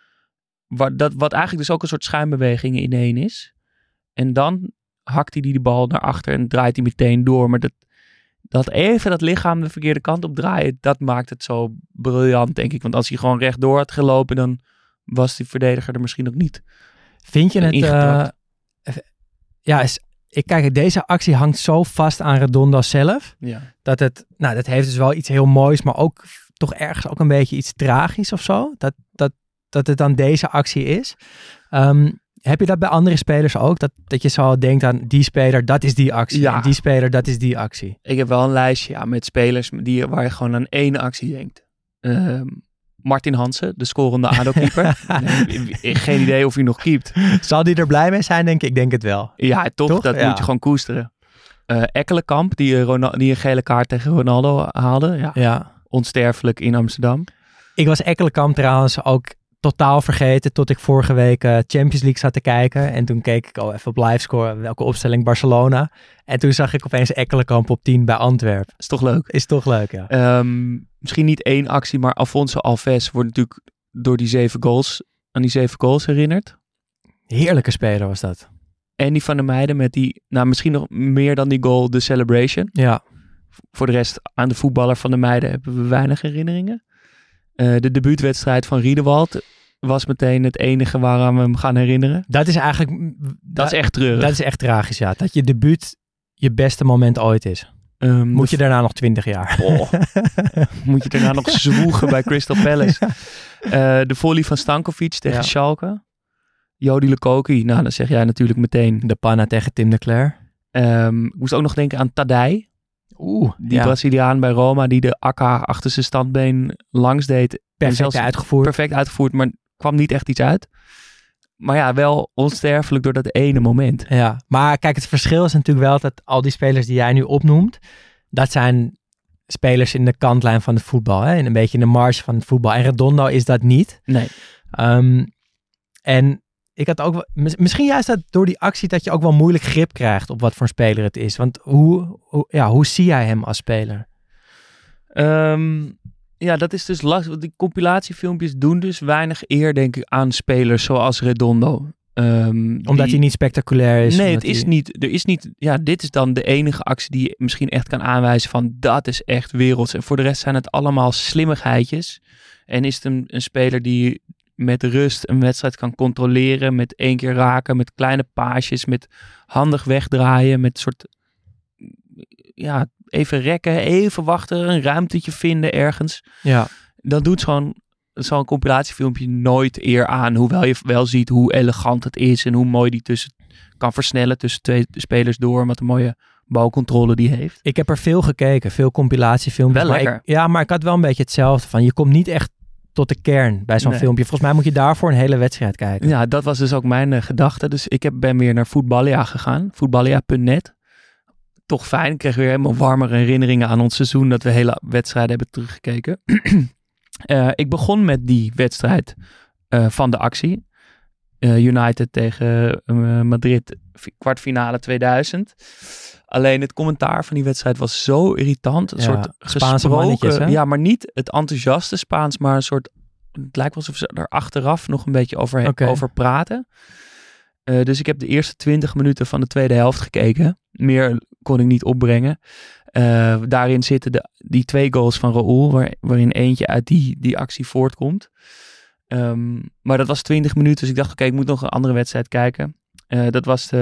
F: Wat, dat, wat eigenlijk dus ook een soort schuimbeweging in één is. En dan hakt hij die bal naar achter en draait hij meteen door. Maar dat, dat even dat lichaam de verkeerde kant op draaien, dat maakt het zo briljant, denk ik. Want als hij gewoon rechtdoor had gelopen, dan was die verdediger er misschien ook niet.
G: Vind je het... Uh, ja, is, ik kijk, deze actie hangt zo vast aan Redondo zelf.
F: Ja.
G: Dat het... Nou, dat heeft dus wel iets heel moois, maar ook toch ergens ook een beetje iets tragisch of zo. Dat, dat, dat het dan deze actie is. Um, heb je dat bij andere spelers ook? Dat, dat je zo denkt aan die speler, dat is die actie.
F: Ja.
G: En die speler, dat is die actie.
F: Ik heb wel een lijstje ja, met spelers die, waar je gewoon aan één actie denkt. Um, Martin Hansen, de scorende A D O-keeper. nee, geen idee of hij nog keept.
G: Zal die er blij mee zijn, denk ik? Ik denk het wel.
F: Ja, toch? toch? Dat ja. moet je gewoon koesteren. Uh, Ekkelenkamp, die, Ronald, die een gele kaart tegen Ronaldo haalde. Ja.
G: ja.
F: Onsterfelijk in Amsterdam.
G: Ik was Ekkelenkamp trouwens ook totaal vergeten tot ik vorige week uh, Champions League zat te kijken. En toen keek ik al even op livescore welke opstelling Barcelona. En toen zag ik opeens Ekkelenkamp op tien bij Antwerpen.
F: Is toch leuk?
G: Is toch leuk, ja.
F: Um, misschien niet één actie, maar Alfonso Alves wordt natuurlijk door die zeven goals, aan die zeven goals herinnerd.
G: Heerlijke speler was dat.
F: En die Van der Meijden met die, nou misschien nog meer dan die goal, de celebration.
G: Ja.
F: Voor de rest aan de voetballer Van der Meijden hebben we weinig herinneringen. Uh, de debuutwedstrijd van Riedewald was meteen het enige waaraan we hem gaan herinneren.
G: Dat is eigenlijk...
F: Dat, dat is echt treurig.
G: Dat is echt tragisch, ja. Dat je debuut je beste moment ooit is.
F: Um,
G: Moet je daarna nog twintig jaar.
F: Oh. Moet je daarna nog zwoegen bij Crystal Palace. Uh, de volley van Stankovic tegen ja. Schalke. Jody Lukoki. Nou, dan zeg jij natuurlijk meteen.
G: De panna tegen Tim de Cler.
F: Um, ik moest ook nog denken aan Tadij.
G: Oeh,
F: die
G: ja.
F: Braziliaan bij Roma die de akka achter zijn standbeen langs deed.
G: Perfect uitgevoerd.
F: Perfect uitgevoerd, maar kwam niet echt iets uit. Maar ja, wel onsterfelijk door dat ene moment.
G: Ja, maar kijk, het verschil is natuurlijk wel dat al die spelers die jij nu opnoemt, dat zijn spelers in de kantlijn van het voetbal. Hè? Een beetje in de marge van het voetbal. En Redondo is dat niet.
F: Nee.
G: Um, en ik had ook misschien juist dat door die actie dat je ook wel moeilijk grip krijgt op wat voor speler het is. Want hoe, hoe, ja, hoe zie jij hem als speler?
F: Um, ja, dat is dus lastig. Die compilatiefilmpjes doen dus weinig eer, denk ik, aan spelers zoals Redondo. Um,
G: Omdat
F: die,
G: hij niet spectaculair is?
F: Nee, het is
G: hij...
F: niet. Er is niet. Ja, dit is dan de enige actie die je misschien echt kan aanwijzen van dat is echt werelds. En voor de rest zijn het allemaal slimmigheidjes. En is het een, een speler die met rust een wedstrijd kan controleren, met één keer raken, met kleine paasjes, met handig wegdraaien, met soort, ja, even rekken, even wachten, een ruimtetje vinden ergens.
G: Ja.
F: Dat doet zo'n, zo'n compilatiefilmpje nooit eer aan, hoewel je wel ziet hoe elegant het is en hoe mooi die tussen kan versnellen tussen twee spelers door, wat een mooie balcontrole die heeft.
G: Ik heb er veel gekeken, veel compilatiefilmpjes.
F: Wel lekker.
G: Ik, ja, maar ik had wel een beetje hetzelfde van, je komt niet echt tot de kern bij zo'n
F: nee.
G: filmpje. Volgens mij moet je daarvoor een hele wedstrijd kijken.
F: Ja, dat was dus ook mijn uh, gedachte. Dus ik heb, ben weer naar Voetballia gegaan. Voetballia punt net. Toch fijn. Ik kreeg weer helemaal warmere herinneringen aan ons seizoen dat we hele wedstrijden hebben teruggekeken. uh, ik begon met die wedstrijd uh, van de actie. Uh, United tegen uh, Madrid, kwartfinale tweeduizend. Alleen het commentaar van die wedstrijd was zo irritant. Een
G: ja,
F: soort
G: Spaanse mannetjes, hè?
F: Ja, maar niet het enthousiaste Spaans, maar een soort, het lijkt wel alsof ze er achteraf nog een beetje over,
G: okay.
F: over praten. Uh, dus ik heb de eerste twintig minuten van de tweede helft gekeken. Meer kon ik niet opbrengen. Uh, daarin zitten de, die twee goals van Raúl, waar, waarin eentje uit die, die actie voortkomt. Um, maar dat was twintig minuten, dus ik dacht, oké, okay, ik moet nog een andere wedstrijd kijken. Uh, dat was de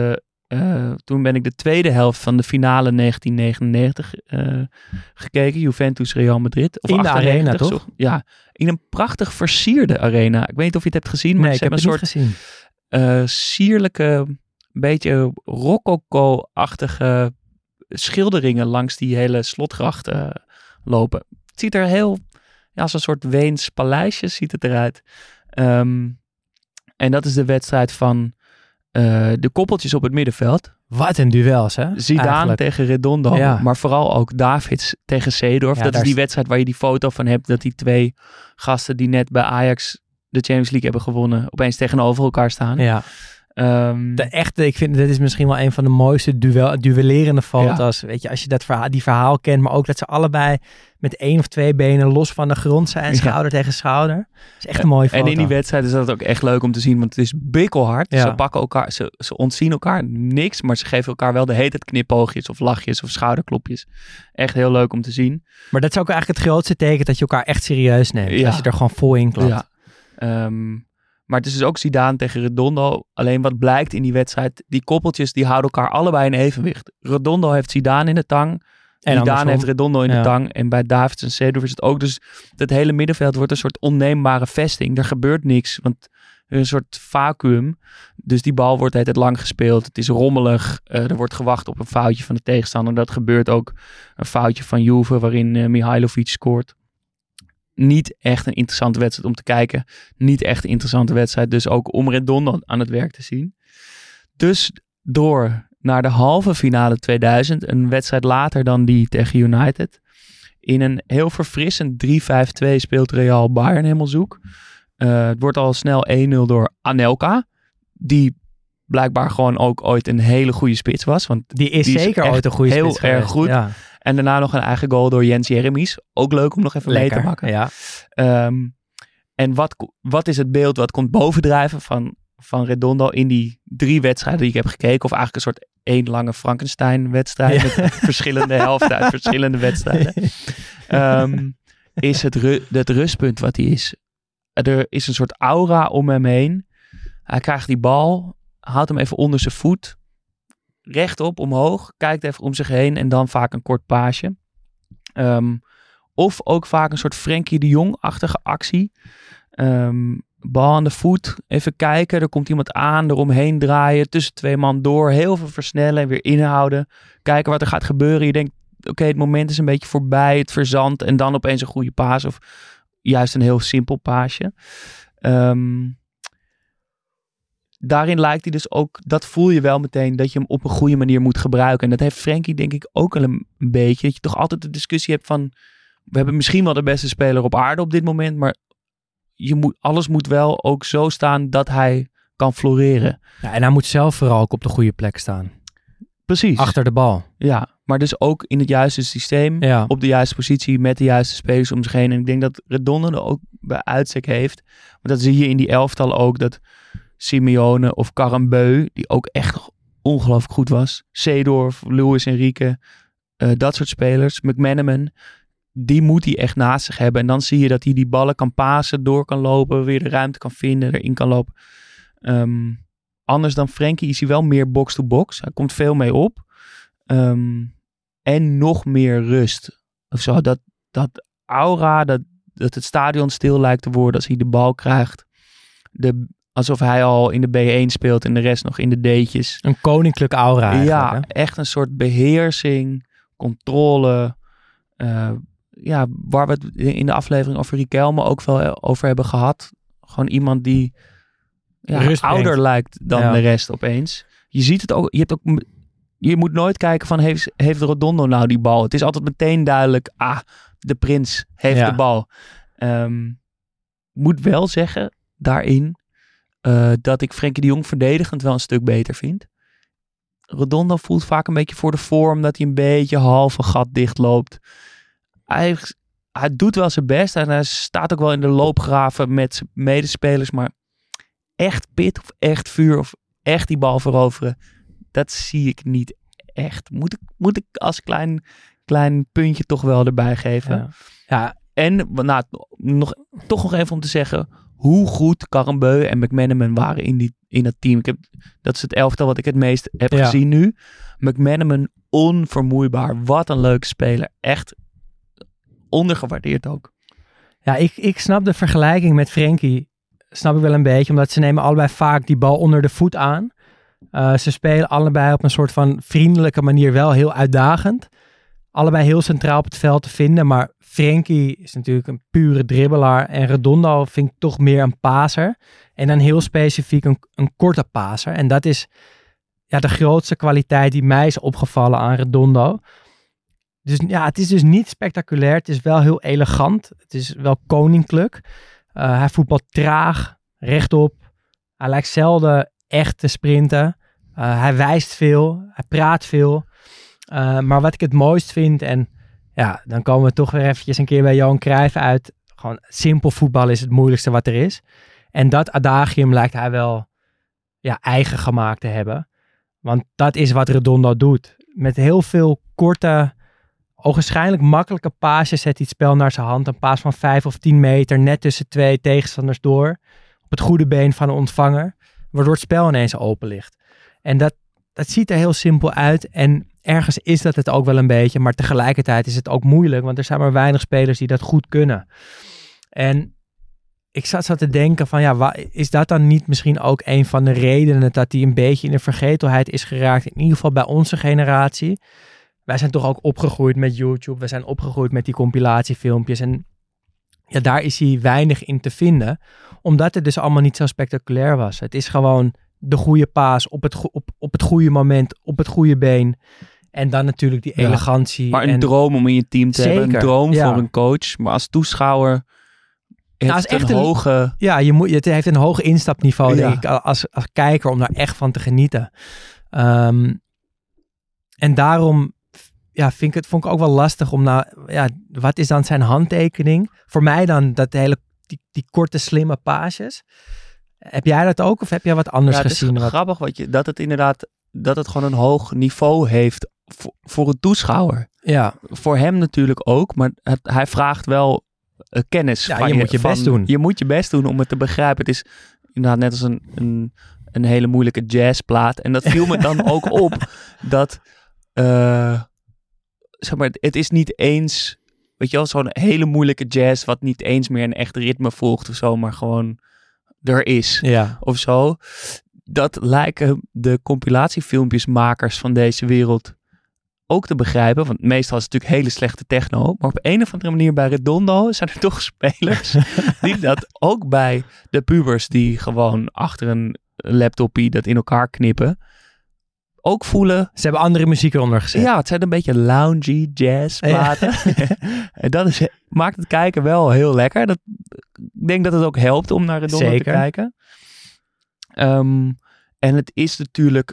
F: Uh, toen ben ik de tweede helft van de finale negentien negenennegentig uh, gekeken. Juventus Real Madrid. Of
G: in de arena, toch?
F: Zo, ja, in een prachtig versierde arena. Ik weet niet of je het hebt gezien. Maar
G: nee, ik heb het
F: een
G: niet
F: soort
G: gezien.
F: Uh, sierlijke, beetje rococo-achtige schilderingen langs die hele slotgracht uh, lopen. Het ziet er heel, ja, als een soort Weens paleisje ziet het eruit. Um, en dat is de wedstrijd van uh, de koppeltjes op het middenveld.
G: Wat een duels, hè?
F: Zidane
G: Eigenlijk.
F: tegen Redondo, ja. Maar vooral ook Davids tegen Seedorf. Ja, dat is die wedstrijd waar je die foto van hebt, dat die twee gasten die net bij Ajax de Champions League hebben gewonnen, opeens tegenover elkaar staan.
G: Ja.
F: Um,
G: de echte, ik vind, dit is misschien wel een van de mooiste duel, duellerende foto's. Ja. Weet je, als je dat verhaal, die verhaal kent, maar ook dat ze allebei met één of twee benen los van de grond zijn, schouder ja. tegen schouder. Dat is echt een mooie foto.
F: En in die wedstrijd is dat ook echt leuk om te zien, want het is bikkelhard. Ja. Ze pakken elkaar, ze, ze ontzien elkaar niks, maar ze geven elkaar wel de hele tijd knipoogjes of lachjes of schouderklopjes. Echt heel leuk om te zien.
G: Maar dat is ook eigenlijk het grootste teken dat je elkaar echt serieus neemt. Ja. Als je er gewoon vol in klapt.
F: Ja. Um, maar het is dus ook Zidane tegen Redondo. Alleen wat blijkt in die wedstrijd, die koppeltjes die houden elkaar allebei in evenwicht. Redondo heeft Zidane in de tang. En Zidane heeft Redondo in ja. de tang. En bij Davids en Seedorf is het ook. Dus het hele middenveld wordt een soort onneembare vesting. Er gebeurt niks, want er is een soort vacuüm. Dus die bal wordt altijd lang gespeeld. Het is rommelig. Uh, er wordt gewacht op een foutje van de tegenstander. Dat gebeurt ook. Een foutje van Juve waarin uh, Mihailovic scoort. Niet echt een interessante wedstrijd om te kijken. Niet echt een interessante wedstrijd. Dus ook om Redondo aan het werk te zien. Dus door naar de halve finale tweeduizend. Een wedstrijd later dan die tegen United. In een heel verfrissend drie vijf twee speelt Real Bayern helemaal zoek. Uh, het wordt al snel één nul door Anelka. Die blijkbaar gewoon ook ooit een hele goede spits was. Want
G: die is
F: die
G: zeker
F: is
G: ooit een goede
F: heel
G: spits
F: erg
G: geweest.
F: goed.
G: Ja.
F: En daarna nog een eigen goal door Jens Jeremies. Ook leuk om nog even
G: Lekker,
F: mee te maken.
G: Ja.
F: Um, en wat, wat is het beeld wat komt bovendrijven van, van Redondo in die drie wedstrijden die ik heb gekeken? Of eigenlijk een soort één lange Frankenstein-wedstrijd. Ja. Met verschillende helften uit verschillende wedstrijden. Um, is het, ru- het rustpunt wat hij is. Er is een soort aura om hem heen. Hij krijgt die bal, houdt hem even onder zijn voet. Rechtop, omhoog, kijkt even om zich heen en dan vaak een kort paasje. Um, of ook vaak een soort Frenkie de Jong-achtige actie. Um, bal aan de voet, even kijken, er komt iemand aan, eromheen draaien, tussen twee man door, heel veel versnellen en weer inhouden. Kijken wat er gaat gebeuren. Je denkt, oké, okay, het moment is een beetje voorbij, het verzandt en dan opeens een goede paas of juist een heel simpel paasje. Um, Daarin lijkt hij dus ook, dat voel je wel meteen, dat je hem op een goede manier moet gebruiken. En dat heeft Frenkie denk ik ook wel een, een beetje. Dat je toch altijd de discussie hebt van, we hebben misschien wel de beste speler op aarde op dit moment, maar je moet, alles moet wel ook zo staan dat hij kan floreren.
G: Ja, en hij moet zelf vooral ook op de goede plek staan.
F: Precies.
G: Achter de bal.
F: Ja, maar dus ook in het juiste systeem, ja. Op de juiste positie, met de juiste spelers om zich heen. En ik denk dat Redondo er ook bij uitstek heeft. Want dat zie je in die elftal ook, dat Simeone of Karambeu, die ook echt ongelooflijk goed was. Seedorf, Luis Enrique, uh, dat soort spelers. McManaman, die moet hij echt naast zich hebben. En dan zie je dat hij die ballen kan pasen, door kan lopen, weer de ruimte kan vinden, erin kan lopen. Um, anders dan Frenkie is hij wel meer box-to-box. Hij komt veel mee op. Um, en nog meer rust. Of zo, dat, dat aura, dat, dat het stadion stil lijkt te worden als hij de bal krijgt. De Alsof hij al in de B één speelt en de rest nog in de D'tjes.
G: Een koninklijk aura eigenlijk.
F: Ja,
G: hè?
F: Echt een soort beheersing, controle. Uh, ja, waar we het in de aflevering over Riquelme ook wel over hebben gehad. Gewoon iemand die ja, ouder lijkt dan ja. de rest opeens. Je ziet het ook, je hebt ook, je moet nooit kijken van heeft, heeft Redondo nou die bal? Het is altijd meteen duidelijk, ah, de prins heeft ja. de bal. Um, moet wel zeggen, daarin, Uh, dat ik Frenkie de Jong verdedigend wel een stuk beter vind. Redondo voelt vaak een beetje voor de vorm dat hij een beetje half een gat dicht loopt. Hij, hij doet wel zijn best en hij staat ook wel in de loopgraven met zijn medespelers, maar echt pit of echt vuur of echt die bal veroveren, dat zie ik niet echt. Moet ik, moet ik als klein, klein puntje toch wel erbij geven.
G: Ja. Ja.
F: En nou, nog, toch nog even om te zeggen, hoe goed Karembeu en McManaman waren in, die, in dat team. Ik heb, dat is het elftal wat ik het meest heb ja. gezien nu. McManaman onvermoeibaar. Wat een leuke speler. Echt ondergewaardeerd ook.
G: Ja, ik, ik snap de vergelijking met Frenkie. Snap ik wel een beetje. Omdat ze nemen allebei vaak die bal onder de voet aan. Uh, ze spelen allebei op een soort van vriendelijke manier wel heel uitdagend. Allebei heel centraal op het veld te vinden. Maar Frenkie is natuurlijk een pure dribbelaar. En Redondo vind ik toch meer een paser. En dan heel specifiek een, een korte paser. En dat is ja, de grootste kwaliteit die mij is opgevallen aan Redondo. Dus ja, het is dus niet spectaculair. Het is wel heel elegant. Het is wel koninklijk. Uh, hij voetbalt traag, rechtop. Hij lijkt zelden echt te sprinten. Uh, hij wijst veel. Hij praat veel. Uh, maar wat ik het mooist vind, en ja, dan komen we toch weer eventjes een keer bij Johan Cruijff uit. Gewoon simpel voetbal is het moeilijkste wat er is. En dat adagium lijkt hij wel ja, eigen gemaakt te hebben. Want dat is wat Redondo doet. Met heel veel korte, ogenschijnlijk makkelijke paasjes zet hij het spel naar zijn hand. Een paas van vijf of tien meter, net tussen twee tegenstanders door. Op het goede been van de ontvanger. Waardoor het spel ineens open ligt. En dat, dat ziet er heel simpel uit. En ergens is dat het ook wel een beetje. Maar tegelijkertijd is het ook moeilijk. Want er zijn maar weinig spelers die dat goed kunnen. En ik zat zo te denken van ja, is dat dan niet misschien ook een van de redenen dat hij een beetje in de vergetelheid is geraakt? In ieder geval bij onze generatie. Wij zijn toch ook opgegroeid met YouTube. We zijn opgegroeid met die compilatiefilmpjes. En ja, daar is hij weinig in te vinden. Omdat het dus allemaal niet zo spectaculair was. Het is gewoon de goede paas op het, go- op, op het goede moment, op het goede been. En dan natuurlijk die elegantie.
F: Ja, maar een
G: en...
F: droom om in je team te
G: Zeker,
F: hebben. Een droom
G: ja.
F: voor een coach. Maar als toeschouwer heeft
G: nou,
F: het een
G: echt een
F: hoge...
G: Ja, je moet, het heeft een hoog instapniveau,
F: Ja.
G: denk ik, als, als kijker om daar echt van te genieten. Um, en daarom ja, vind ik het, vond ik ook wel lastig om nou, ja, wat is dan zijn handtekening? Voor mij dan dat hele, die, die korte, slimme paasjes. Heb jij dat ook of heb jij wat anders
F: ja, het
G: gezien?
F: Het is
G: wat...
F: grappig wat je, dat het inderdaad, dat het gewoon een hoog niveau heeft voor, voor een toeschouwer.
G: Ja.
F: Voor hem natuurlijk ook, maar het, hij vraagt wel uh, kennis.
G: Ja,
F: van
G: je moet je
F: van,
G: best doen.
F: Je moet je best doen om het te begrijpen. Het is inderdaad net als een, een, een hele moeilijke jazzplaat. En dat viel me dan ook op dat, uh, zeg maar, het is niet eens, weet je wel, zo'n hele moeilijke jazz wat niet eens meer een echt ritme volgt of zo, maar gewoon er is.
G: Ja.
F: Of zo. Dat lijken de compilatiefilmpjesmakers van deze wereld ook te begrijpen. Want meestal is het natuurlijk hele slechte techno. Maar op een of andere manier bij Redondo zijn er toch spelers die dat ook bij de pubers die gewoon achter een laptopie dat in elkaar knippen ook voelen.
G: Ze hebben andere muziek eronder gezet.
F: Ja, het zijn een beetje loungy jazzplaten. Ja. En dat is, maakt het kijken wel heel lekker. Dat, ik denk dat het ook helpt om naar Redondo
G: Zeker.
F: te kijken. Um, en het is natuurlijk,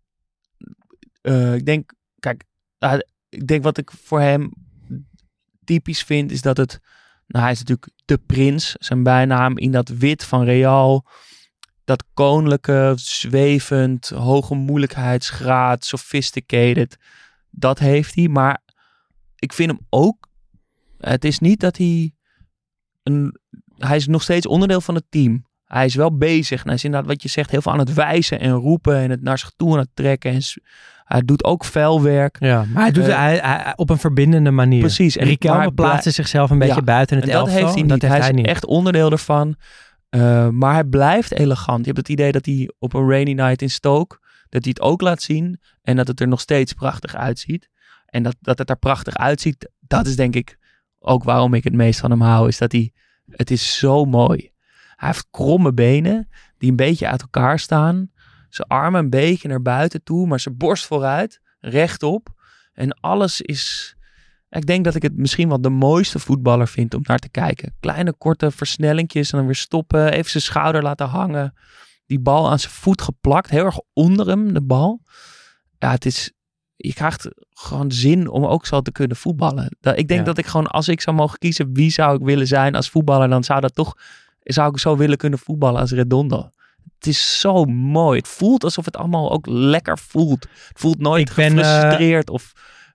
F: uh, ik denk, kijk, uh, ik denk wat ik voor hem typisch vind is dat het, nou hij is natuurlijk de prins, zijn bijnaam in dat wit van Real, dat koninklijke, zwevend, hoge moeilijkheidsgraad, sophisticated, dat heeft hij. Maar ik vind hem ook, het is niet dat hij, een, hij is nog steeds onderdeel van het team. Hij is wel bezig. En hij is inderdaad, wat je zegt, heel veel aan het wijzen en roepen en het naar zich toe aan het trekken. En hij doet ook vuilwerk.
G: Ja, maar hij doet
F: uh,
G: het hij, hij, op een verbindende manier.
F: Precies.
G: En Riquelme plaatste zichzelf een beetje
F: ja,
G: buiten het
F: en dat
G: elftal.
F: heeft hij niet.
G: Dat heeft
F: hij,
G: hij
F: is
G: niet.
F: echt onderdeel ervan. Uh, maar hij blijft elegant. Je hebt het idee dat hij op een rainy night in Stoke, dat hij het ook laat zien. En dat het er nog steeds prachtig uitziet. En dat, dat het er prachtig uitziet, dat is denk ik ook waarom ik het meest van hem hou. Is dat hij, het is zo mooi. Hij heeft kromme benen die een beetje uit elkaar staan. Zijn armen een beetje naar buiten toe, maar zijn borst vooruit, rechtop. En alles is... Ik denk dat ik het misschien wel de mooiste voetballer vind om naar te kijken. Kleine, korte versnellingjes en dan weer stoppen. Even zijn schouder laten hangen. Die bal aan zijn voet geplakt. Heel erg onder hem, de bal. Ja, het is... Je krijgt gewoon zin om ook zo te kunnen voetballen. Ik denk ja. dat ik gewoon, als ik zou mogen kiezen, wie zou ik willen zijn als voetballer, dan zou dat toch... Zou ik zo willen kunnen voetballen als Redondo. Het is zo mooi. Het voelt alsof het allemaal ook lekker voelt. Het voelt nooit
G: ik ben,
F: gefrustreerd uh, of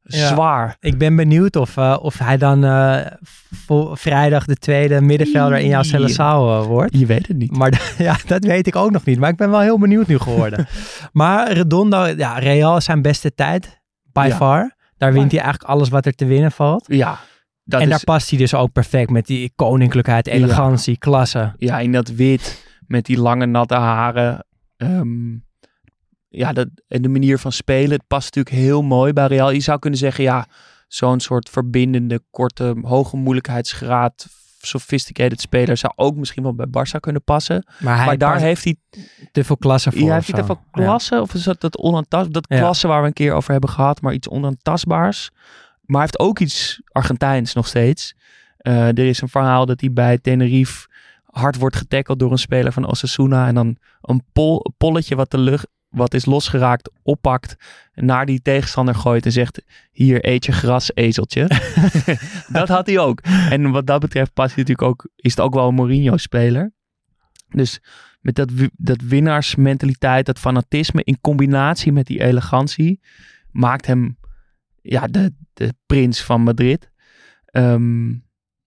F: ja. zwaar.
G: Ik ben benieuwd of, uh, of hij dan uh, voor vrijdag de tweede middenvelder in jouw Seleção uh, wordt.
F: Je weet het niet.
G: Maar ja, dat weet ik ook nog niet. Maar ik ben wel heel benieuwd nu geworden. Maar Redondo, ja, Real is zijn beste tijd. By ja. far. Daar wint hij eigenlijk alles wat er te winnen valt.
F: Ja. Dat
G: en
F: is...
G: daar past hij dus ook perfect met die koninklijkheid, elegantie, ja. klasse.
F: Ja, in dat wit, met die lange natte haren. Um, ja, dat, en de manier van spelen, het past natuurlijk heel mooi bij Real. Je zou kunnen zeggen, ja, zo'n soort verbindende, korte, hoge moeilijkheidsgraad, sophisticated speler zou ook misschien wel bij Barça kunnen passen. Maar, hij maar daar pas... heeft hij
G: te veel klasse voor.
F: Ja, heeft hij te veel klasse? Ja. Of is dat dat onaantastbaar? Dat klasse ja. waar we een keer over hebben gehad, maar iets onaantastbaars. Maar hij heeft ook iets Argentijns nog steeds. Uh, er is een verhaal dat hij bij Tenerife hard wordt getackeld door een speler van Osasuna en dan een pol, polletje wat de lucht, wat is losgeraakt, oppakt, naar die tegenstander gooit en zegt, hier eet je gras, ezeltje. Dat had hij ook. En wat dat betreft past hij natuurlijk ook, is het ook wel een Mourinho-speler. Dus met dat, dat winnaarsmentaliteit, dat fanatisme in combinatie met die elegantie, maakt hem ja, de, de prins van Madrid. Um,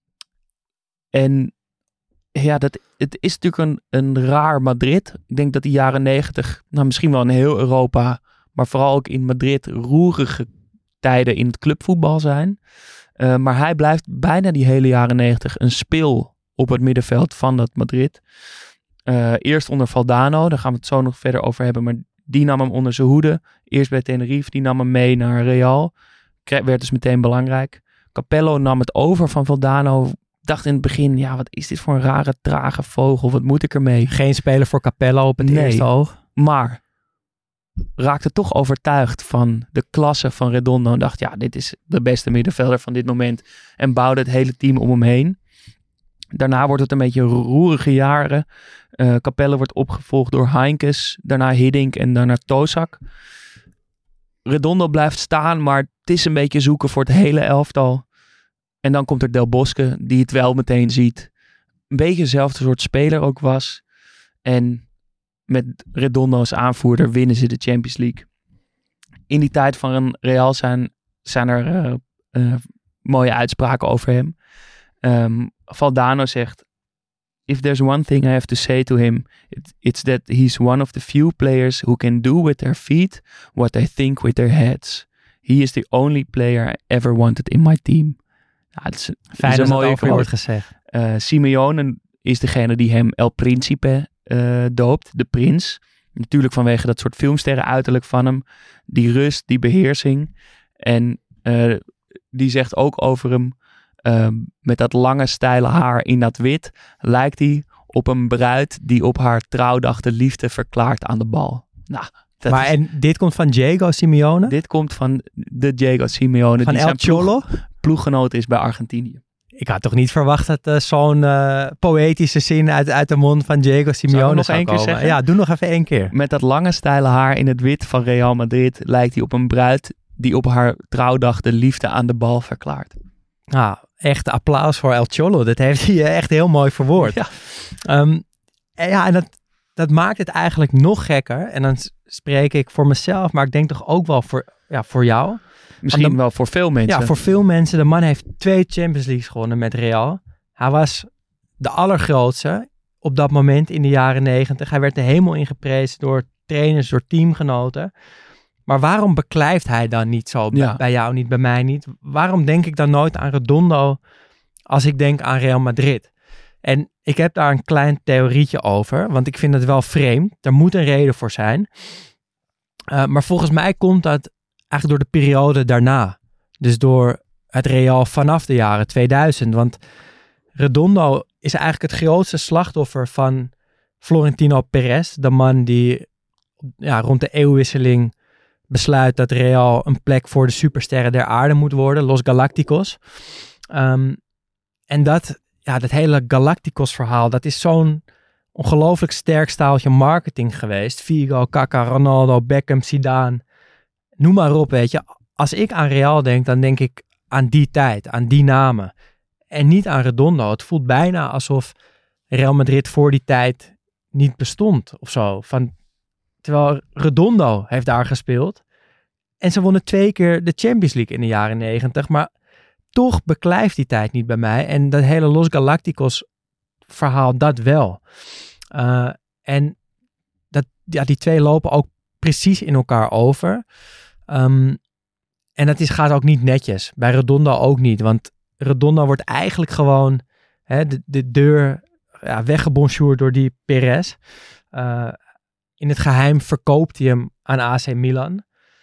F: en ja, dat, het is natuurlijk een, een raar Madrid. Ik denk dat die jaren negentig, nou misschien wel in heel Europa, maar vooral ook in Madrid, roerige tijden in het clubvoetbal zijn. Uh, maar hij blijft bijna die hele jaren negentig een speel op het middenveld van dat Madrid. Uh, eerst onder Valdano, daar gaan we het zo nog verder over hebben, maar die nam hem onder zijn hoede. Eerst bij Tenerife, die nam hem mee naar Real. Werd dus meteen belangrijk. Capello nam het over van Valdano. Dacht in het begin, ja, wat is dit voor een rare, trage vogel? Wat moet ik ermee?
G: Geen speler voor Capello op het nee, eerste oog.
F: Maar raakte toch overtuigd van de klasse van Redondo. En dacht, ja, dit is de beste middenvelder van dit moment. En bouwde het hele team om hem heen. Daarna wordt het een beetje roerige jaren. Uh, Capello wordt opgevolgd door Heinkes. Daarna Hiddink en daarna Tozak. Redondo blijft staan, maar het is een beetje zoeken voor het hele elftal. En dan komt er Del Bosque, die het wel meteen ziet. Een beetje dezelfde soort speler ook was. En met Redondo als aanvoerder winnen ze de Champions League. In die tijd van Real zijn, zijn er uh, uh, mooie uitspraken over hem. Um, Valdano zegt, if there's one thing I have to say to him, it, it's that he's one of the few players who can do with their feet what they think with their heads. He is the only player I ever wanted in my team. Ja, het is,
G: Fijn
F: is
G: een
F: mooie
G: over wordt gezegd.
F: Uh, Simeone is degene die hem El Principe uh, doopt, de prins. Natuurlijk vanwege dat soort filmsterren uiterlijk van hem. Die rust, die beheersing. En uh, die zegt ook over hem, uh, met dat lange steile haar in dat wit, lijkt hij op een bruid die op haar trouwdag de liefde verklaart aan de bal. Nou, dat
G: maar
F: is,
G: en dit komt van Diego Simeone?
F: Dit komt van de Diego Simeone.
G: Van
F: die
G: El Cholo?
F: Ploeg, ploeggenoot is bij Argentinië.
G: Ik had toch niet verwacht dat uh, zo'n uh, poëtische zin uit, uit de mond van Diego Simeone
F: nog
G: zou
F: één
G: komen.
F: keer zeggen?
G: Ja, doe nog even één keer.
F: Met dat lange steile haar in het wit van Real Madrid lijkt hij op een bruid die op haar trouwdag de liefde aan de bal verklaart.
G: Nou, echt applaus voor El Cholo. Dat heeft hij echt heel mooi verwoord.
F: Ja,
G: um, en, ja, en dat, dat maakt het eigenlijk nog gekker. En dan spreek ik voor mezelf, maar ik denk toch ook wel voor, ja, voor jou.
F: Misschien
G: de,
F: wel voor veel mensen.
G: Ja, voor veel mensen. De man heeft twee Champions Leagues gewonnen met Real. Hij was de allergrootste op dat moment in de jaren negentig. Hij werd de hemel ingeprezen door trainers, door teamgenoten. Maar waarom beklijft hij dan niet zo? Ja. Bij jou niet, bij mij niet. Waarom denk ik dan nooit aan Redondo als ik denk aan Real Madrid? En ik heb daar een klein theorietje over, want ik vind het wel vreemd. Er moet een reden voor zijn. Uh, maar volgens mij komt dat eigenlijk door de periode daarna. Dus door het Real vanaf de jaren tweeduizend. Want Redondo is eigenlijk het grootste slachtoffer van Florentino Perez. De man die ja, rond de eeuwwisseling besluit dat Real een plek voor de supersterren der aarde moet worden. Los Galacticos. Um, en dat, ja, dat hele Galacticos verhaal, dat is zo'n ongelooflijk sterk staaltje marketing geweest. Figo, Kaká, Ronaldo, Beckham, Zidane. Noem maar op, weet je. Als ik aan Real denk, dan denk ik aan die tijd, aan die namen. En niet aan Redondo. Het voelt bijna alsof Real Madrid voor die tijd niet bestond of zo. Van, terwijl Redondo heeft daar gespeeld. en ze wonnen twee keer de Champions League in de jaren negentig. Maar toch beklijft die tijd niet bij mij. En dat hele Los Galacticos verhaal, dat wel. Uh, en dat, ja, die twee lopen ook precies in elkaar over. Um, en dat is, gaat ook niet netjes. Bij Redondo ook niet. Want Redondo wordt eigenlijk gewoon hè, de, de deur ja, weggebonjourd door die Perez. Uh, in het geheim verkoopt hij hem aan A C Milan.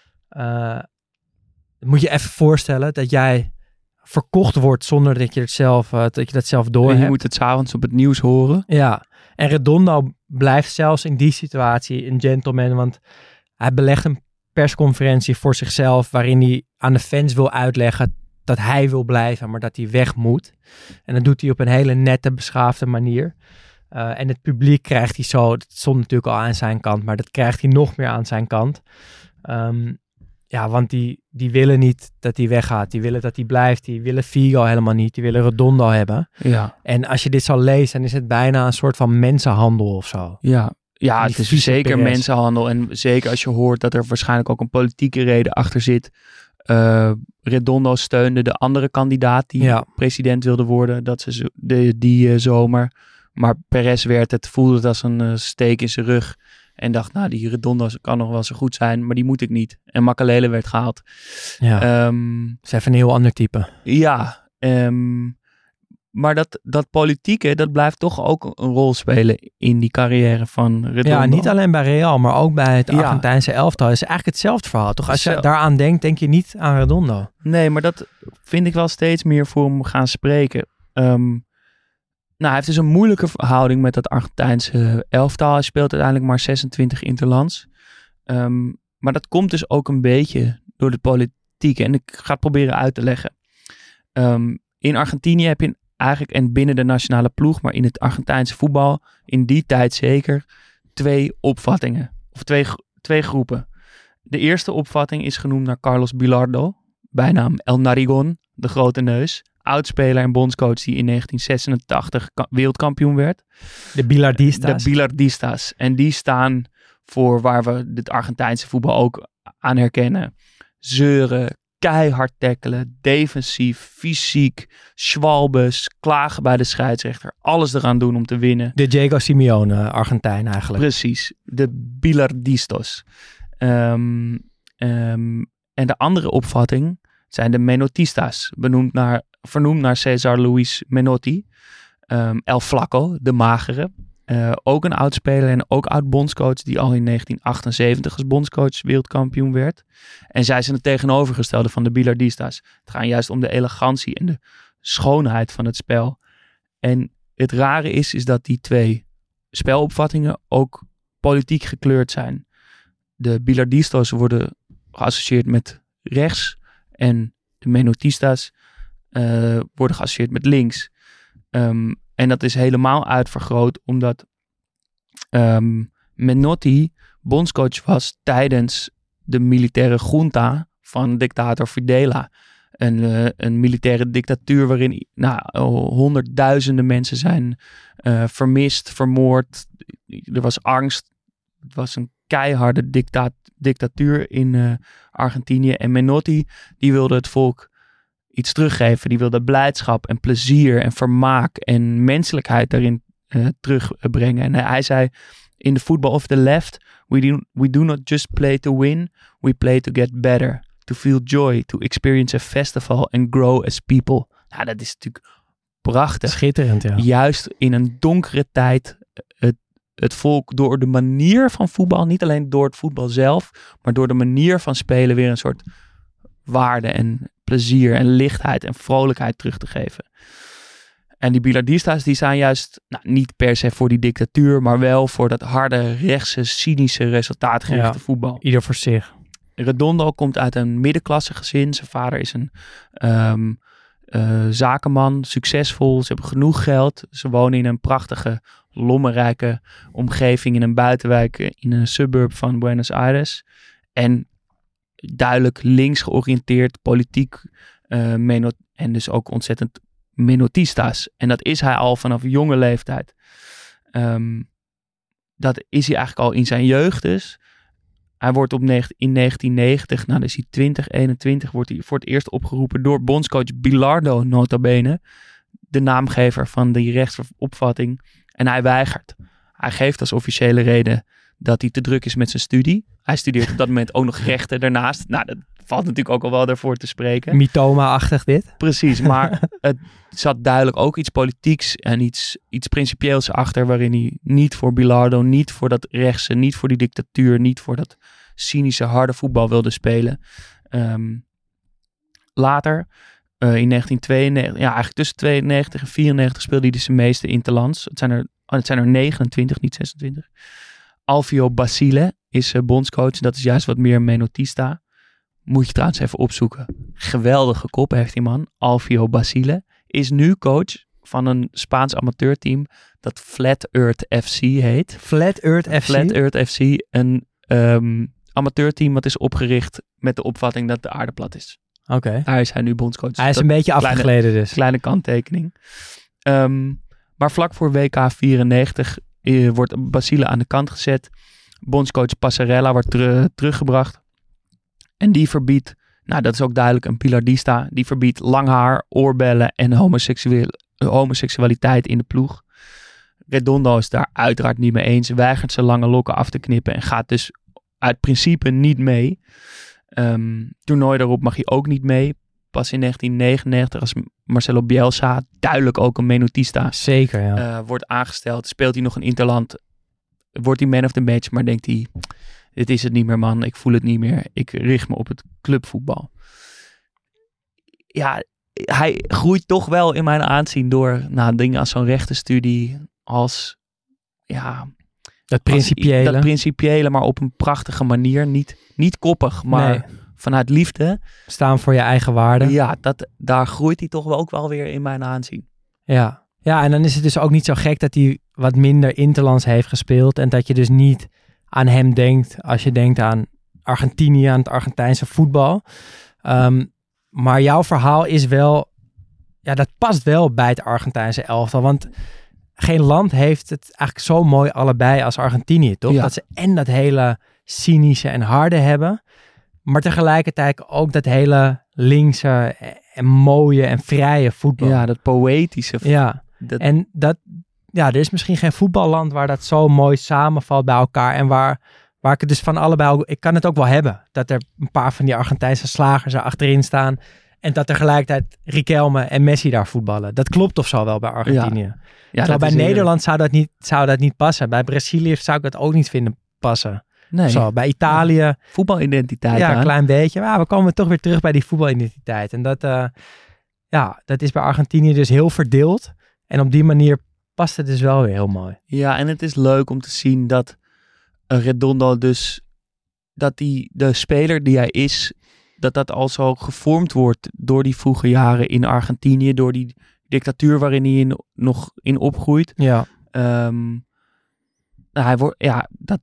G: Uh, moet je even voorstellen dat jij verkocht wordt zonder dat je het zelf, uh, dat je dat zelf door
F: hebt.
G: En
F: je moet het 's avonds op het nieuws horen.
G: Ja, en Redondo blijft zelfs in die situatie een gentleman, want hij belegt een persconferentie voor zichzelf waarin hij aan de fans wil uitleggen dat hij wil blijven, maar dat hij weg moet. En dat doet hij op een hele nette, beschaafde manier. Uh, en het publiek krijgt hij zo, dat stond natuurlijk al aan zijn kant, maar dat krijgt hij nog meer aan zijn kant. Um, ja, want die, die willen niet dat hij weggaat. Die willen dat hij blijft. Die willen Figo helemaal niet. Die willen Redondo hebben.
F: Ja.
G: En als je dit zo leest, dan is het bijna een soort van mensenhandel of zo.
F: Ja, ja het is zeker Perez. mensenhandel. En zeker als je hoort dat er waarschijnlijk ook een politieke reden achter zit. Uh, Redondo steunde de andere kandidaat die ja. president wilde worden. Dat ze zo, de, die uh, zomer. Maar Perez werd het, voelde het als een uh, steek in zijn rug. En dacht, nou, die Redondo kan nog wel zo goed zijn, maar die moet ik niet. En Makelele werd gehaald.
G: Ja, um, dat is even een heel ander type.
F: Ja, um, maar dat, dat politieke, dat blijft toch ook een rol spelen in die carrière van Redondo.
G: Ja, niet alleen bij Real, maar ook bij het Argentijnse ja. elftal. Het is eigenlijk hetzelfde verhaal, toch? Als je Zel- daaraan denkt, denk je niet aan Redondo.
F: Nee, maar dat vind ik wel steeds meer voor hem gaan spreken. Um, Nou, hij heeft dus een moeilijke verhouding met dat Argentijnse elftal. Hij speelt uiteindelijk maar zesentwintig interlands. Um, maar dat komt dus ook een beetje door de politiek. En ik ga het proberen uit te leggen. Um, in Argentinië heb je eigenlijk, en binnen de nationale ploeg, maar in het Argentijnse voetbal, in die tijd zeker, twee opvattingen. Of twee, twee groepen. De eerste opvatting is genoemd naar Carlos Bilardo, bijnaam El Narigón, de grote neus. Oudspeler en bondscoach die in negentien zesentachtig wereldkampioen werd.
G: De Bilardistas.
F: De Bilardistas. En die staan voor waar we het Argentijnse voetbal ook aan herkennen. Zeuren, keihard tackelen, defensief, fysiek, schwalbes, klagen bij de scheidsrechter. Alles eraan doen om te winnen.
G: De Diego Simeone, Argentijn eigenlijk.
F: Precies, de Bilardistas. Um, um, en de andere opvatting zijn de Menotistas, benoemd naar, vernoemd naar Cesar Luis Menotti. Um, El Flaco, de magere. Uh, ook een oudspeler en ook oud-bondscoach die al in negentien achtenzeventig als bondscoach wereldkampioen werd. En zij zijn het tegenovergestelde van de Bilardistas. Het gaat juist om de elegantie en de schoonheid van het spel. En het rare is, is dat die twee spelopvattingen ook politiek gekleurd zijn. De Bilardistas worden geassocieerd met rechts en de Menotistas uh, worden geassocieerd met links. Um, en dat is helemaal uitvergroot omdat um, Menotti bondscoach was tijdens de militaire junta van dictator Videla. Een, uh, een militaire dictatuur waarin nou, honderdduizenden mensen zijn uh, vermist, vermoord. Er was angst. Het was een keiharde dicta- dictatuur in uh, Argentinië. En Menotti die wilde het volk iets teruggeven. Die wilde blijdschap en plezier en vermaak en menselijkheid daarin uh, terugbrengen. En uh, hij zei in the football of the left, we do, we do not just play to win, we play to get better. To feel joy, to experience a festival and grow as people. Nou, dat is natuurlijk prachtig.
G: Schitterend, ja.
F: Juist in een donkere tijd het, het volk door de manier van voetbal, niet alleen door het voetbal zelf, maar door de manier van spelen weer een soort waarde en plezier en lichtheid en vrolijkheid terug te geven. En die Bilardistas die zijn juist nou, niet per se voor die dictatuur, maar wel voor dat harde, rechtse, cynische, resultaatgerichte ja, voetbal.
G: Ieder voor zich.
F: Redondo komt uit een middenklasse gezin. Zijn vader is een um, uh, zakenman, succesvol. Ze hebben genoeg geld. Ze wonen in een prachtige, lommerrijke omgeving in een buitenwijk in een suburb van Buenos Aires. En duidelijk links georiënteerd, politiek uh, menot- en dus ook ontzettend menotista's. En dat is hij al vanaf jonge leeftijd. Um, dat is hij eigenlijk al in zijn jeugd dus. hij wordt op negen, in negentien negentig, nou dan is hij twintig, eenentwintig, wordt hij voor het eerst opgeroepen door bondscoach Bilardo nota bene, de naamgever van die rechtsopvatting. En hij weigert. Hij geeft als officiële reden dat hij te druk is met zijn studie. Hij studeert op dat moment ook nog rechten daarnaast. Nou, dat valt natuurlijk ook al wel daarvoor te spreken.
G: Mythoma-achtig dit.
F: Precies, maar het zat duidelijk ook iets politieks en iets, iets principieels achter, waarin hij niet voor Bilardo, niet voor dat rechtse, niet voor die dictatuur, niet voor dat cynische, harde voetbal wilde spelen. Um, later, uh, in negentien tweeënnegentig, ja eigenlijk tussen tweeënnegentig en vierennegentig speelde hij dus de meeste interlands. Het zijn er, oh, het zijn er negenentwintig, niet zesentwintig. Alvio Basile is uh, bondscoach. Dat is juist wat meer Menotista. Moet je trouwens even opzoeken. Geweldige kop heeft die man. Alvio Basile is nu coach van een Spaans amateurteam dat Flat Earth F C heet.
G: Flat Earth F C?
F: Flat Earth F C. Een um, amateurteam wat is opgericht met de opvatting dat de aarde plat is.
G: Oké. Okay.
F: Daar is hij nu bondscoach.
G: Hij is een beetje
F: kleine,
G: afgegleden dus.
F: Kleine kanttekening. Um, maar vlak voor W K vierennegentig uh, wordt Basile aan de kant gezet. Bondscoach Passarella wordt ter, teruggebracht. En die verbiedt, nou dat is ook duidelijk een Bilardista, die verbiedt lang haar, oorbellen en homoseksueel, homoseksualiteit in de ploeg. Redondo is daar uiteraard niet mee eens, weigert zijn lange lokken af te knippen en gaat dus uit principe niet mee. Um, toernooi daarop mag hij ook niet mee. Pas in negentien negenennegentig als Marcelo Bielsa, duidelijk ook een Menotista,
G: zeker, ja.
F: uh, wordt aangesteld. Speelt hij nog een interland, wordt hij man of the match, maar denkt hij, dit is het niet meer man, ik voel het niet meer. Ik richt me op het clubvoetbal. Ja, hij groeit toch wel in mijn aanzien door nou, dingen als zo'n rechtenstudie, als ja...
G: Dat principiële.
F: Als, dat principiële, maar op een prachtige manier. Niet, niet koppig, maar nee. Vanuit liefde.
G: Staan voor je eigen waarde.
F: Ja, dat, daar groeit hij toch wel ook wel weer in mijn aanzien.
G: Ja. Ja, en dan is het dus ook niet zo gek dat hij wat minder interlands heeft gespeeld. En dat je dus niet aan hem denkt als je denkt aan Argentinië, aan het Argentijnse voetbal. Um, maar jouw verhaal is wel, ja, dat past wel bij het Argentijnse elftal. Want geen land heeft het eigenlijk zo mooi allebei als Argentinië, toch? Ja. Dat ze en dat hele cynische en harde hebben, maar tegelijkertijd ook dat hele linkse en mooie en vrije voetbal.
F: Ja, dat poëtische.
G: Ja, dat... en dat, ja, er is misschien geen voetballand waar dat zo mooi samenvalt bij elkaar en waar, waar ik het dus van allebei, ik kan het ook wel hebben, dat er een paar van die Argentijnse slagers er achterin staan en dat tegelijkertijd Riquelme en Messi daar voetballen. Dat klopt of zo wel bij Argentinië. Ja. Ja, Terwijl bij Nederland zou dat, niet, zou dat niet passen. Bij Brazilië zou ik dat ook niet vinden passen.
F: Nee.
G: Zo, bij Italië. Ja.
F: Voetbalidentiteit.
G: Ja,
F: aan.
G: een klein beetje. Maar we komen toch weer terug bij die voetbalidentiteit. En dat, uh, ja, dat is bij Argentinië dus heel verdeeld. En op die manier past het dus wel weer heel mooi.
F: Ja, en het is leuk om te zien dat uh, Redondo dus, dat die, de speler die hij is, dat dat al zo gevormd wordt door die vroege jaren in Argentinië, door die dictatuur waarin hij in, nog in opgroeit.
G: Ja.
F: Um, hij, wordt, ja dat,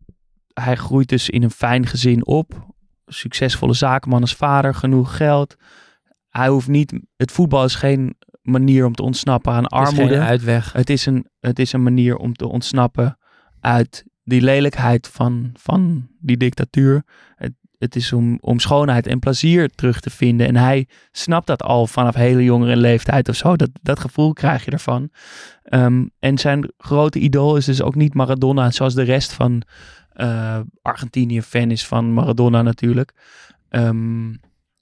F: hij groeit dus in een fijn gezin op. Succesvolle zakenman als vader, genoeg geld. Hij hoeft niet, het voetbal is geen manier om te ontsnappen aan armoede.
G: Het is geen uitweg.
F: Het is een, het is een manier om te ontsnappen uit die lelijkheid van, van die dictatuur. Het, Het is om, om schoonheid en plezier terug te vinden. En hij snapt dat al vanaf hele jongere leeftijd of zo. Dat, dat gevoel krijg je ervan. Um, en zijn grote idool is dus ook niet Maradona, zoals de rest van uh, Argentinië fan is van Maradona natuurlijk. Um,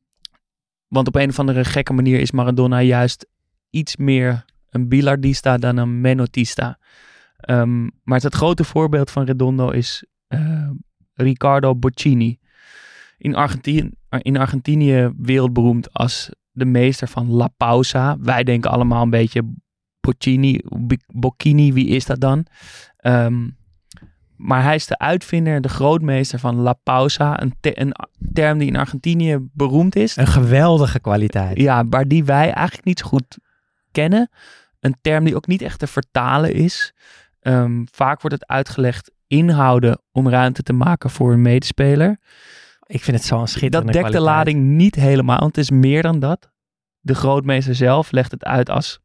F: want op een of andere gekke manier is Maradona juist iets meer een bilardista dan een menotista. Um, maar het grote voorbeeld van Redondo is uh, Ricardo Boccini. In Argentinië, in Argentinië wereldberoemd als de meester van La Pausa. Wij denken allemaal een beetje Boccini, Bocchini, wie is dat dan? Um, maar hij is de uitvinder, de grootmeester van La Pausa. Een, te, een term die in Argentinië beroemd is.
G: Een geweldige kwaliteit.
F: Ja, maar die wij eigenlijk niet zo goed kennen. Een term die ook niet echt te vertalen is. Um, vaak wordt het uitgelegd inhouden om ruimte te maken voor een medespeler.
G: Ik vind het zo'n schitterende
F: Dat dekt
G: kwaliteit.
F: de lading niet helemaal, want het is meer dan dat. De grootmeester zelf legt het uit als: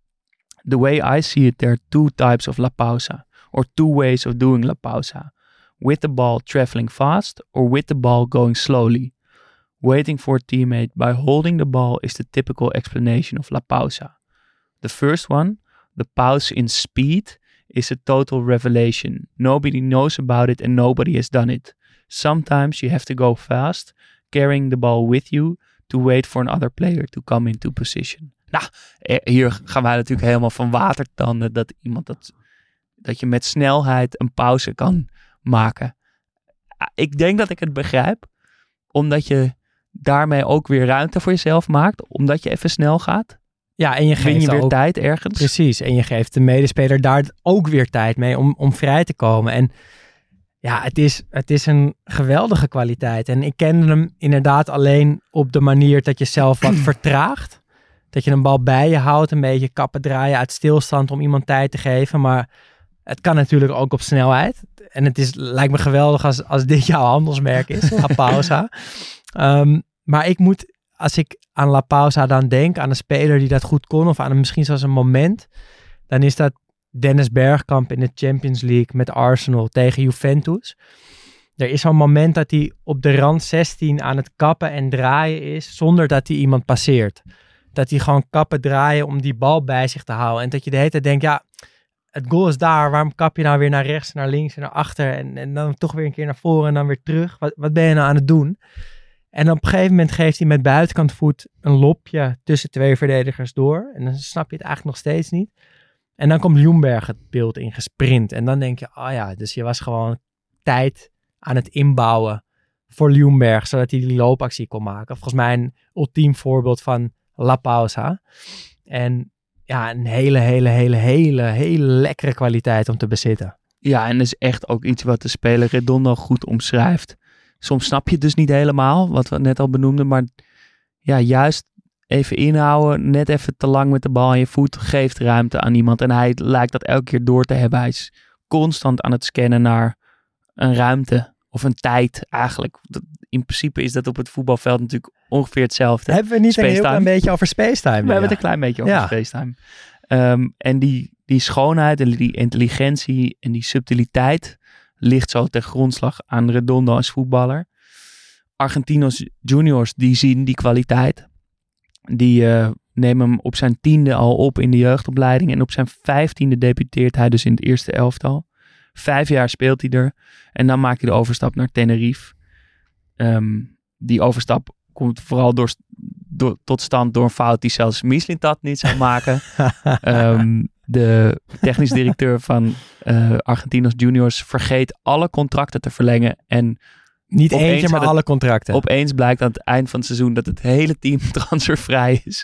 F: The way I see it, there are two types of La Pausa. Or two ways of doing La Pausa. with the ball traveling fast or with the ball going slowly. Waiting for a teammate by holding the ball is the typical explanation of La Pausa. The first one, the pause in speed, is a total revelation. Nobody knows about it and nobody has done it. Sometimes you have to go fast, carrying the ball with you to wait for another player to come into position. Nou, hier gaan wij natuurlijk helemaal van watertanden dat iemand dat, dat je met snelheid een pauze kan maken. Ik denk dat ik het begrijp, omdat je daarmee ook weer ruimte voor jezelf maakt, omdat je even snel gaat.
G: Ja, en je geeft
F: Win je weer
G: ook,
F: tijd ergens.
G: Precies, en je geeft de medespeler daar ook weer tijd mee om, om vrij te komen. En ja, het is, het is een geweldige kwaliteit. En ik kende hem inderdaad alleen op de manier dat je zelf wat vertraagt. Dat je een bal bij je houdt, een beetje kappen draaien uit stilstand om iemand tijd te geven. Maar het kan natuurlijk ook op snelheid. En het is, lijkt me geweldig als, als dit jouw handelsmerk is, La Pausa. Um, maar ik moet, als ik aan La Pausa dan denk, aan een speler die dat goed kon, of aan een, misschien zelfs een moment, dan is dat Dennis Bergkamp in de Champions League met Arsenal tegen Juventus. Er is zo'n moment dat hij op de rand zestien aan het kappen en draaien is, zonder dat hij iemand passeert. Dat hij gewoon kappen draaien om die bal bij zich te houden. En dat je de hele tijd denkt, ja, het goal is daar. Waarom kap je nou weer naar rechts, naar links en naar achter? En, en dan toch weer een keer naar voren en dan weer terug. Wat, wat ben je nou aan het doen? En op een gegeven moment geeft hij met buitenkant voet een lopje tussen twee verdedigers door. En dan snap je het eigenlijk nog steeds niet. En dan komt Ljungberg het beeld in gesprint. En dan denk je, oh ja, dus je was gewoon tijd aan het inbouwen voor Ljungberg, zodat hij die loopactie kon maken. Volgens mij een ultiem voorbeeld van La Pausa. En ja, een hele, hele, hele, hele, hele lekkere kwaliteit om te bezitten.
F: Ja, en dat is echt ook iets wat de speler Redondo goed omschrijft. Soms snap je het dus niet helemaal, wat we net al benoemden. Maar ja, juist even inhouden, net even te lang met de bal aan je voet, geeft ruimte aan iemand. En hij lijkt dat elke keer door te hebben. Hij is constant aan het scannen naar een ruimte of een tijd eigenlijk. In principe is dat op het voetbalveld natuurlijk ongeveer hetzelfde.
G: Hebben we niet een heel klein beetje over Spacetime?
F: We ja. hebben het een klein beetje over ja. Spacetime. Um, en die, die schoonheid en die intelligentie en die subtiliteit ligt zo ten grondslag aan Redondo als voetballer. Argentinos juniors, die zien die kwaliteit. Die uh, nemen hem op zijn tiende al op in de jeugdopleiding. En op zijn vijftiende debuteert hij dus in het eerste elftal. Vijf jaar speelt hij er. En dan maakt hij de overstap naar Tenerife. Um, die overstap komt vooral door, door, tot stand door een fout die zelfs Mislintat niet zou maken. um, de technisch directeur van uh, Argentinos Juniors vergeet alle contracten te verlengen. En
G: niet eentje, maar alle contracten.
F: Opeens blijkt aan het eind van het seizoen dat het hele team transfervrij is.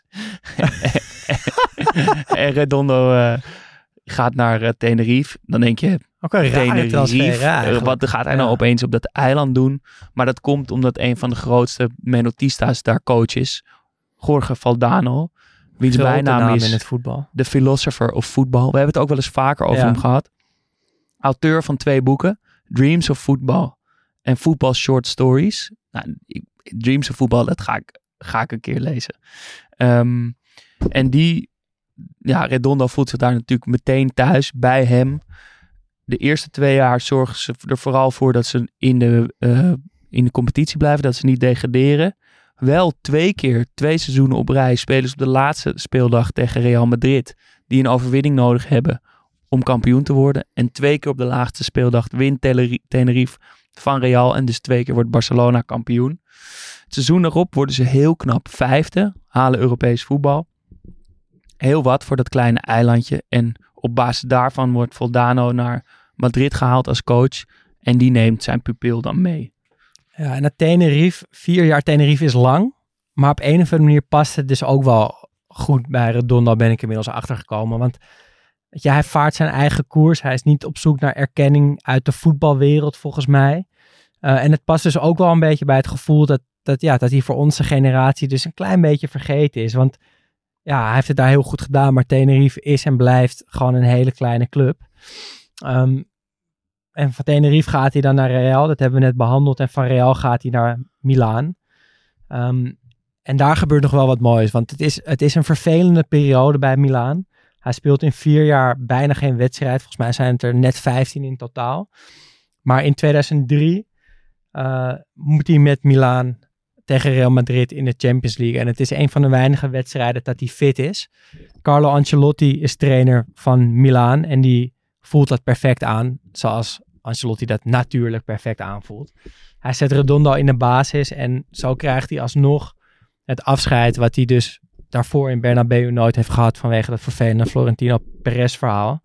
F: En Redondo uh, gaat naar uh, Tenerife. Dan denk je,
G: ook een rare transfer,
F: uh, wat gaat hij nou ja. opeens op dat eiland doen? Maar dat komt omdat een van de grootste Menotistas daar coach is. Jorge Valdano. Wiens bijnaam is
G: in het voetbal.
F: The Philosopher of Football. We hebben het ook wel eens vaker over ja. hem gehad. Auteur van twee boeken. Dreams of Football en Football Short Stories. Nou, Dreams of Football, dat ga ik, ga ik een keer lezen. Um, en die, ja, Redondo voelt zich daar natuurlijk meteen thuis bij hem. De eerste twee jaar zorgen ze er vooral voor dat ze in de, uh, in de competitie blijven. Dat ze niet degraderen. Wel twee keer, twee seizoenen op rij, spelen ze op de laatste speeldag tegen Real Madrid. Die een overwinning nodig hebben om kampioen te worden. En twee keer op de laatste speeldag wint Tenerife van Real. En dus twee keer wordt Barcelona kampioen. Het seizoen erop worden ze heel knap vijfde. Halen Europees voetbal. Heel wat voor dat kleine eilandje. En op basis daarvan wordt Valdano naar Madrid gehaald als coach. En die neemt zijn pupil dan mee.
G: Ja, en dat Tenerife, vier jaar Tenerife is lang. Maar op een of andere manier past het dus ook wel goed bij Redondo, ben ik inmiddels achtergekomen. Want weet je, hij vaart zijn eigen koers. Hij is niet op zoek naar erkenning uit de voetbalwereld, volgens mij. Uh, en het past dus ook wel een beetje bij het gevoel dat, dat, ja, dat hij voor onze generatie dus een klein beetje vergeten is. Want ja, hij heeft het daar heel goed gedaan. Maar Tenerife is en blijft gewoon een hele kleine club. Um, en van Tenerife gaat hij dan naar Real. Dat hebben we net behandeld. En van Real gaat hij naar Milaan. Um, en daar gebeurt nog wel wat moois. Want het is, het is een vervelende periode bij Milaan. Hij speelt in vier jaar bijna geen wedstrijd. Volgens mij zijn het er net vijftien in totaal. Maar in tweeduizend drie uh, moet hij met Milaan tegen Real Madrid in de Champions League. En het is een van de weinige wedstrijden dat hij fit is. Carlo Ancelotti is trainer van Milaan en die voelt dat perfect aan. Zoals Ancelotti dat natuurlijk perfect aanvoelt. Hij zet Redondo in de basis en zo krijgt hij alsnog het afscheid wat hij dus daarvoor in Bernabeu nooit heeft gehad vanwege dat vervelende Florentino Perez verhaal.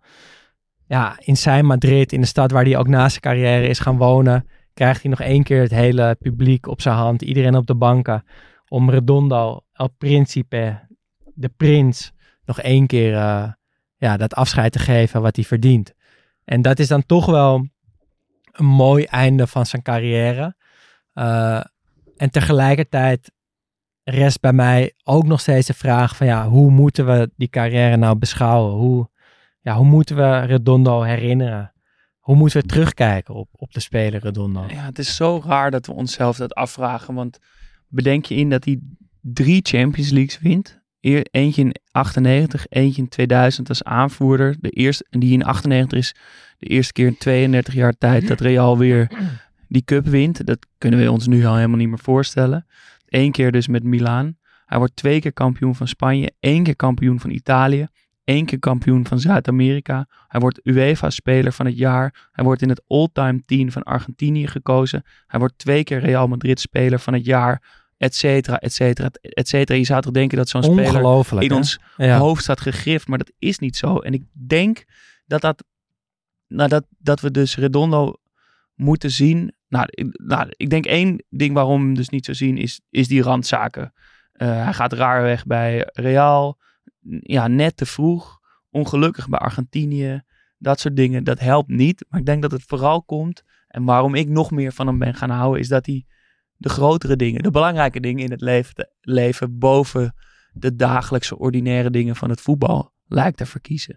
G: Ja, in zijn Madrid, in de stad waar hij ook na zijn carrière is gaan wonen, krijgt hij nog één keer het hele publiek op zijn hand, iedereen op de banken, om Redondo, El Principe, de prins, nog één keer uh, ja, dat afscheid te geven wat hij verdient. En dat is dan toch wel een mooi einde van zijn carrière. Uh, en tegelijkertijd rest bij mij ook nog steeds de vraag van ja, hoe moeten we die carrière nou beschouwen? Hoe, ja, hoe moeten we Redondo herinneren? Hoe moeten we terugkijken op, op de speler Redondo?
F: Ja, het is zo raar dat we onszelf dat afvragen. Want bedenk je in dat hij drie Champions Leagues wint. Eer, eentje in achtennegentig, eentje in tweeduizend als aanvoerder. De eerste, en die in achtennegentig is de eerste keer in tweeëndertig jaar tijd dat Real weer die cup wint. Dat kunnen we ons nu al helemaal niet meer voorstellen. Eén keer dus met Milaan. Hij wordt twee keer kampioen van Spanje. Één keer kampioen van Italië. Één keer kampioen van Zuid-Amerika. Hij wordt UEFA-speler van het jaar. Hij wordt in het all-time team van Argentinië gekozen. Hij wordt twee keer Real Madrid-speler van het jaar. Et cetera, et cetera, et cetera. Je zou toch denken dat zo'n speler in
G: hè?
F: ons
G: ja.
F: hoofd staat gegrift. Maar dat is niet zo. En ik denk dat, dat, nou dat, dat we dus Redondo moeten zien. Nou, ik, nou, ik denk één ding waarom we hem dus niet zo zien is, is die randzaken. Uh, hij gaat raar weg bij Real. Ja, net te vroeg. Ongelukkig bij Argentinië. Dat soort dingen. Dat helpt niet. Maar ik denk dat het vooral komt. En waarom ik nog meer van hem ben gaan houden. Is dat hij de grotere dingen. De belangrijke dingen in het leven, leven. Boven de dagelijkse ordinaire dingen van het voetbal. Lijkt te verkiezen.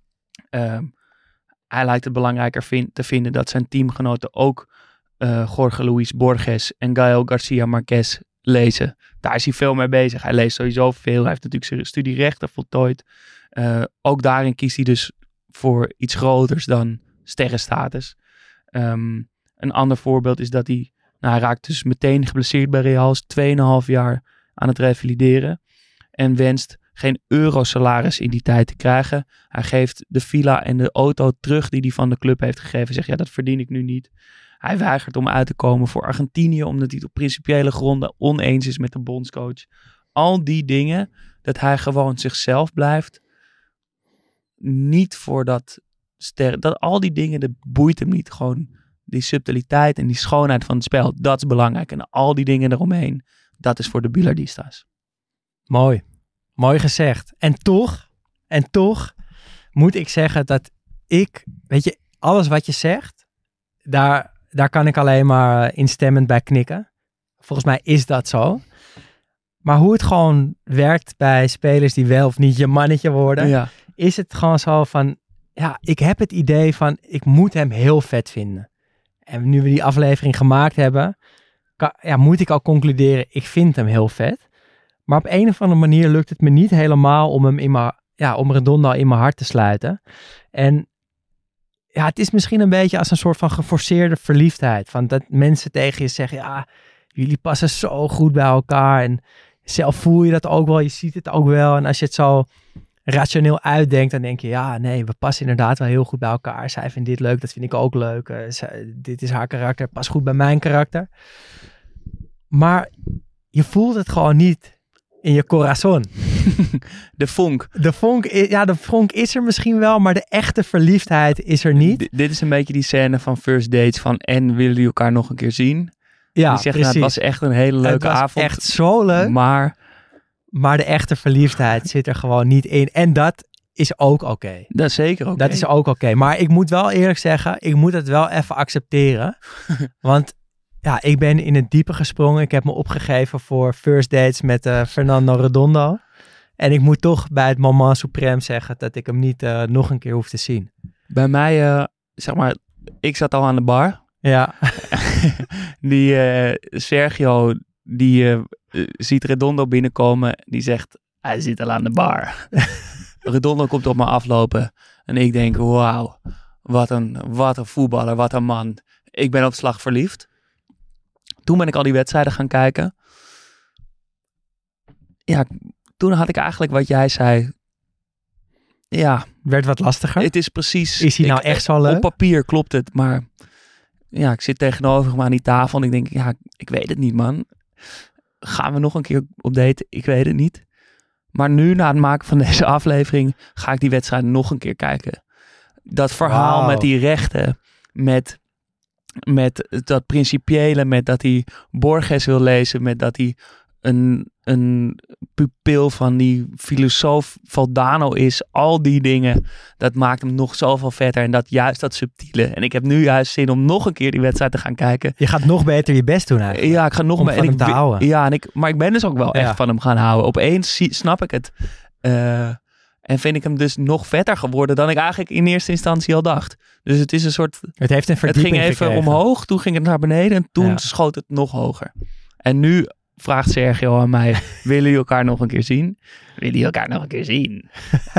F: Um, hij lijkt het belangrijker vind, te vinden. Dat zijn teamgenoten ook. Uh, Jorge Luis Borges en Gael Garcia Marquez lezen. Daar is hij veel mee bezig. Hij leest sowieso veel. Hij heeft natuurlijk zijn studie rechten voltooid. Uh, ook daarin kiest hij dus voor iets groters dan sterrenstatus. Um, een ander voorbeeld is dat hij... Nou, hij raakt dus meteen geblesseerd bij Real. Is tweeënhalf jaar aan het revalideren. En wenst geen eurosalaris in die tijd te krijgen. Hij geeft de villa en de auto terug die hij van de club heeft gegeven. Zegt, ja, dat verdien ik nu niet. Hij weigert om uit te komen voor Argentinië, omdat hij het op principiële gronden oneens is met de bondscoach. Al die dingen, dat hij gewoon zichzelf blijft. Niet voor dat ster. Dat, al die dingen, dat boeit hem niet. Gewoon die subtiliteit en die schoonheid van het spel, dat is belangrijk. En al die dingen eromheen, dat is voor de biljardista's.
G: Mooi. Mooi gezegd. En toch, en toch moet ik zeggen dat ik, weet je, alles wat je zegt, daar... Daar kan ik alleen maar instemmend bij knikken. Volgens mij is dat zo. Maar hoe het gewoon werkt bij spelers die wel of niet je mannetje worden, ja. Is het gewoon zo van, ja, ik heb het idee van, ik moet hem heel vet vinden. En nu we die aflevering gemaakt hebben, kan, ja, moet ik al concluderen, ik vind hem heel vet. Maar op een of andere manier lukt het me niet helemaal om hem in mijn, ja, om Redondo in mijn hart te sluiten. En ja, het is misschien een beetje als een soort van geforceerde verliefdheid. Van dat mensen tegen je zeggen, ja, jullie passen zo goed bij elkaar. En zelf voel je dat ook wel, je ziet het ook wel. En als je het zo rationeel uitdenkt, dan denk je, ja, nee, we passen inderdaad wel heel goed bij elkaar. Zij vindt dit leuk, dat vind ik ook leuk. Uh, zij, dit is haar karakter, past goed bij mijn karakter. Maar je voelt het gewoon niet in je corazon.
F: De vonk.
G: De vonk, ja, de vonk is er misschien wel, maar de echte verliefdheid is er niet.
F: D- dit is een beetje die scène van First Dates van en willen jullie elkaar nog een keer zien?
G: Ja,
F: die zegt, nou, het was echt een hele leuke
G: het was
F: avond.
G: Echt zo leuk.
F: Maar...
G: maar de echte verliefdheid zit er gewoon niet in. En dat is ook oké. Okay.
F: Dat is zeker oké. Okay.
G: Dat is ook oké. Okay. Maar ik moet wel eerlijk zeggen, ik moet het wel even accepteren. Want ja, ik ben in het diepe gesprongen. Ik heb me opgegeven voor First Dates met uh, Fernando Redondo. En ik moet toch bij het moment suprême zeggen dat ik hem niet uh, nog een keer hoef te zien.
F: Bij mij, uh, zeg maar, ik zat al aan de bar.
G: Ja.
F: die uh, Sergio, die uh, ziet Redondo binnenkomen. Die zegt, hij zit al aan de bar. Redondo komt op me aflopen. En ik denk, wauw, wat een, wat een voetballer, wat een man. ik ben op slag verliefd. Toen ben ik al die wedstrijden gaan kijken. Ja, toen had ik eigenlijk wat jij zei. Ja.
G: Werd wat lastiger?
F: Het is precies...
G: Is hij nou
F: ik,
G: echt zo leuk?
F: Op papier klopt het, maar... Ja, ik zit tegenover me aan die tafel en ik denk, ja, ik weet het niet, man. Gaan we nog een keer op date? Ik weet het niet. Maar nu, na het maken van deze aflevering, ga ik die wedstrijd nog een keer kijken. Dat verhaal wow. met die rechten, met, met dat principiële, met dat hij Borges wil lezen, met dat hij een, een pupil van die filosoof Valdano is. Al die dingen, dat maakt hem nog zoveel vetter. En dat juist dat subtiele. En ik heb nu juist zin om nog een keer die wedstrijd te gaan kijken.
G: Je gaat nog beter je best doen eigenlijk.
F: Ja, ik ga nog
G: om
F: be-
G: van
F: en
G: hem
F: ik,
G: te houden.
F: Ja, en ik, maar ik ben dus ook wel
G: ja.
F: echt van hem gaan houden. Opeens zie, snap ik het. Uh, en vind ik hem dus nog vetter geworden dan ik eigenlijk in eerste instantie al dacht. Dus het is een soort...
G: Het heeft een verdieping
F: Het ging even
G: gekregen.
F: omhoog, toen ging het naar beneden en toen
G: ja.
F: schoot het nog hoger. En nu vraagt Sergio aan mij, willen jullie elkaar nog een keer zien? Willen jullie elkaar nog een keer zien?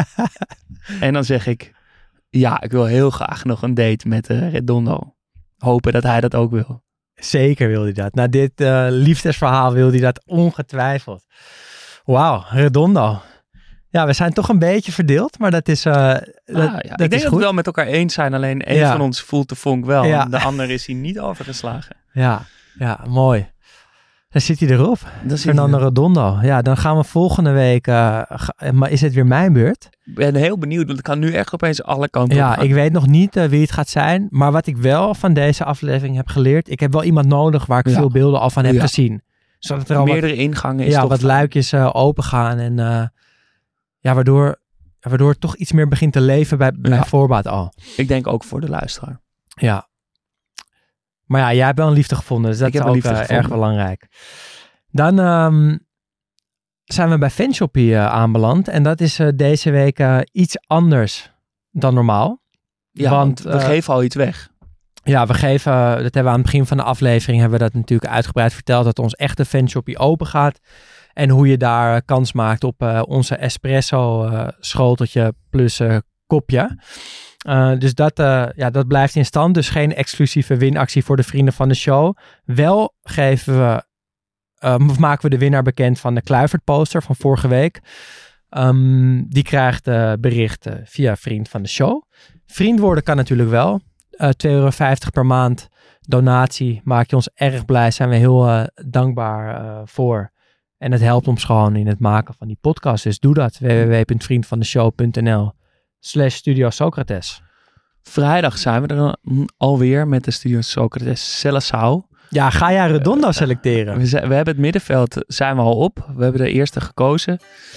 F: En dan zeg ik, ja, ik wil heel graag nog een date met uh, Redondo. Hopen dat hij dat ook wil.
G: Zeker wil hij dat. Na dit uh, liefdesverhaal wil hij dat ongetwijfeld. Wauw, Redondo. Ja, we zijn toch een beetje verdeeld, maar dat is, uh,
F: ah,
G: dat,
F: ja.
G: dat
F: Ik
G: is
F: denk
G: goed.
F: dat we wel met elkaar eens zijn, alleen één
G: ja.
F: van ons voelt de vonk wel.
G: Ja.
F: En de ander is hier niet overgeslagen.
G: Ja, ja, mooi. Dan zit hij erop.
F: Dan
G: Fernando
F: hij er.
G: Redondo. Ja, dan gaan we volgende week... Uh, ga, maar is het weer mijn beurt?
F: Ik ben heel benieuwd, want het kan nu echt opeens alle kanten
G: Ja,
F: op gaan.
G: ik weet nog niet uh, wie het gaat zijn. Maar wat ik wel van deze aflevering heb geleerd... Ik heb wel iemand nodig waar ik
F: ja.
G: veel beelden al van heb
F: ja.
G: gezien. Zodat er al
F: meerdere
G: wat,
F: ingangen is
G: ja,
F: toch
G: wat luikjes uh, open gaan. En uh, ja, waardoor, waardoor het toch iets meer begint te leven bij, bij
F: ja.
G: voorbaat al.
F: Ik denk ook voor de luisteraar.
G: Ja. Maar ja, jij hebt wel een liefde gevonden. Dus dat
F: ik heb
G: is ook uh, erg belangrijk. Dan um, zijn we bij Fanshoppie uh, aanbeland. En dat is uh, deze week uh, iets anders dan normaal.
F: Ja, want, want we uh, geven al iets weg.
G: Ja, we geven, uh, dat hebben we aan het begin van de aflevering, hebben we dat natuurlijk uitgebreid verteld, dat ons echte Fanshoppie open gaat. En hoe je daar uh, kans maakt op uh, onze espresso uh, schoteltje plus uh, kopje. Uh, dus dat, uh, ja, dat blijft in stand. Dus geen exclusieve winactie voor de vrienden van de show. Wel geven we... Um, maken we de winnaar bekend van de Kluivert poster van vorige week. Um, die krijgt uh, berichten via vriend van de show. Vriend worden kan natuurlijk wel. Uh, twee euro vijftig per maand donatie. Maak je ons erg blij. Zijn we heel uh, dankbaar uh, voor. En het helpt ons gewoon in het maken van die podcast. Dus doe dat. w w w punt vriendvandeshow.nl slash Studio Socrates.
F: Vrijdag zijn we er alweer met de Studio Socrates Seleção.
G: Ja, ga jij Redondo selecteren?
F: We, zijn, we hebben het middenveld, zijn we al op. We hebben de eerste gekozen.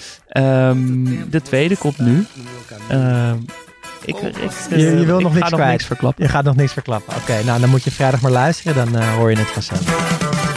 F: Um, de tweede komt nu. Um, ik, ik,
G: je, je wil
F: ik
G: nog
F: ga
G: niks
F: nog
G: kwijt.
F: niks verklappen.
G: Je gaat nog niks verklappen. Oké, okay, nou dan moet je vrijdag maar luisteren. Dan uh, hoor je het vanzelf.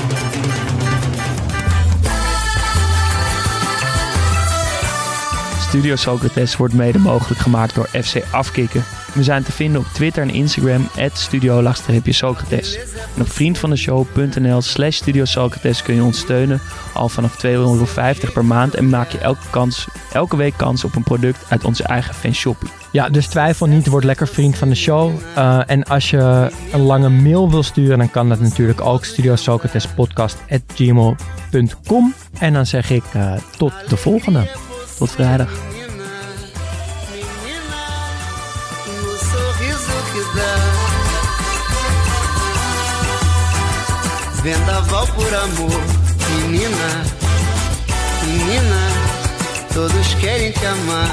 F: Studio Socrates wordt mede mogelijk gemaakt door F C Afkikken. We zijn te vinden op Twitter en Instagram at studio Socrates. En op vriendvandeshow.nl slash Studio Socrates kun je ons steunen al vanaf twee euro vijftig per maand en maak je elke, kans, elke week kans op een product uit onze eigen fanshoppie.
G: Ja, dus twijfel niet, word lekker vriend van de show. Uh, en als je een lange mail wil sturen, dan kan dat natuurlijk ook studio Socrates podcast at gmail punt com. En dan zeg ik uh, tot de volgende.
F: Tot vrijdag.
H: Vendaval por amor, menina, menina, todos querem te amar.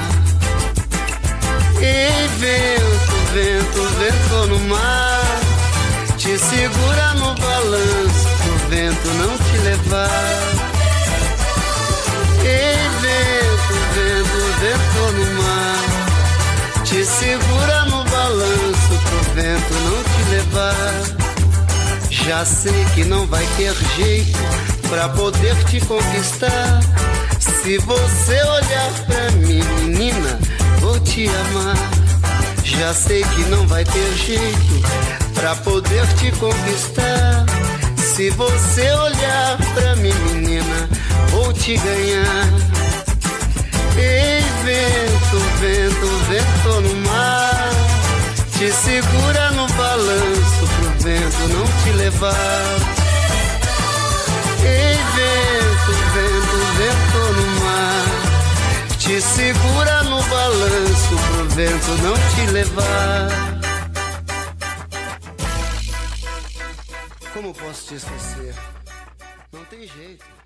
H: Ei, vento, vento, vento no mar, te segura no balanço, pro vento não te levar. Ei, vento, vento, vento no mar, te segura no balanço, pro vento não te levar. Já sei que não vai ter jeito pra poder te conquistar. Se você olhar pra mim, menina, vou te amar. Já sei que não vai ter jeito pra poder te conquistar. Se você olhar pra mim, menina, vou te ganhar. Ei, vento, vento, vento no mar, te segura no balanço pro vento não te levar. Ei, vento, vento, vento no mar, te segura no balanço pro vento não te levar. Como posso te esquecer? Não tem jeito.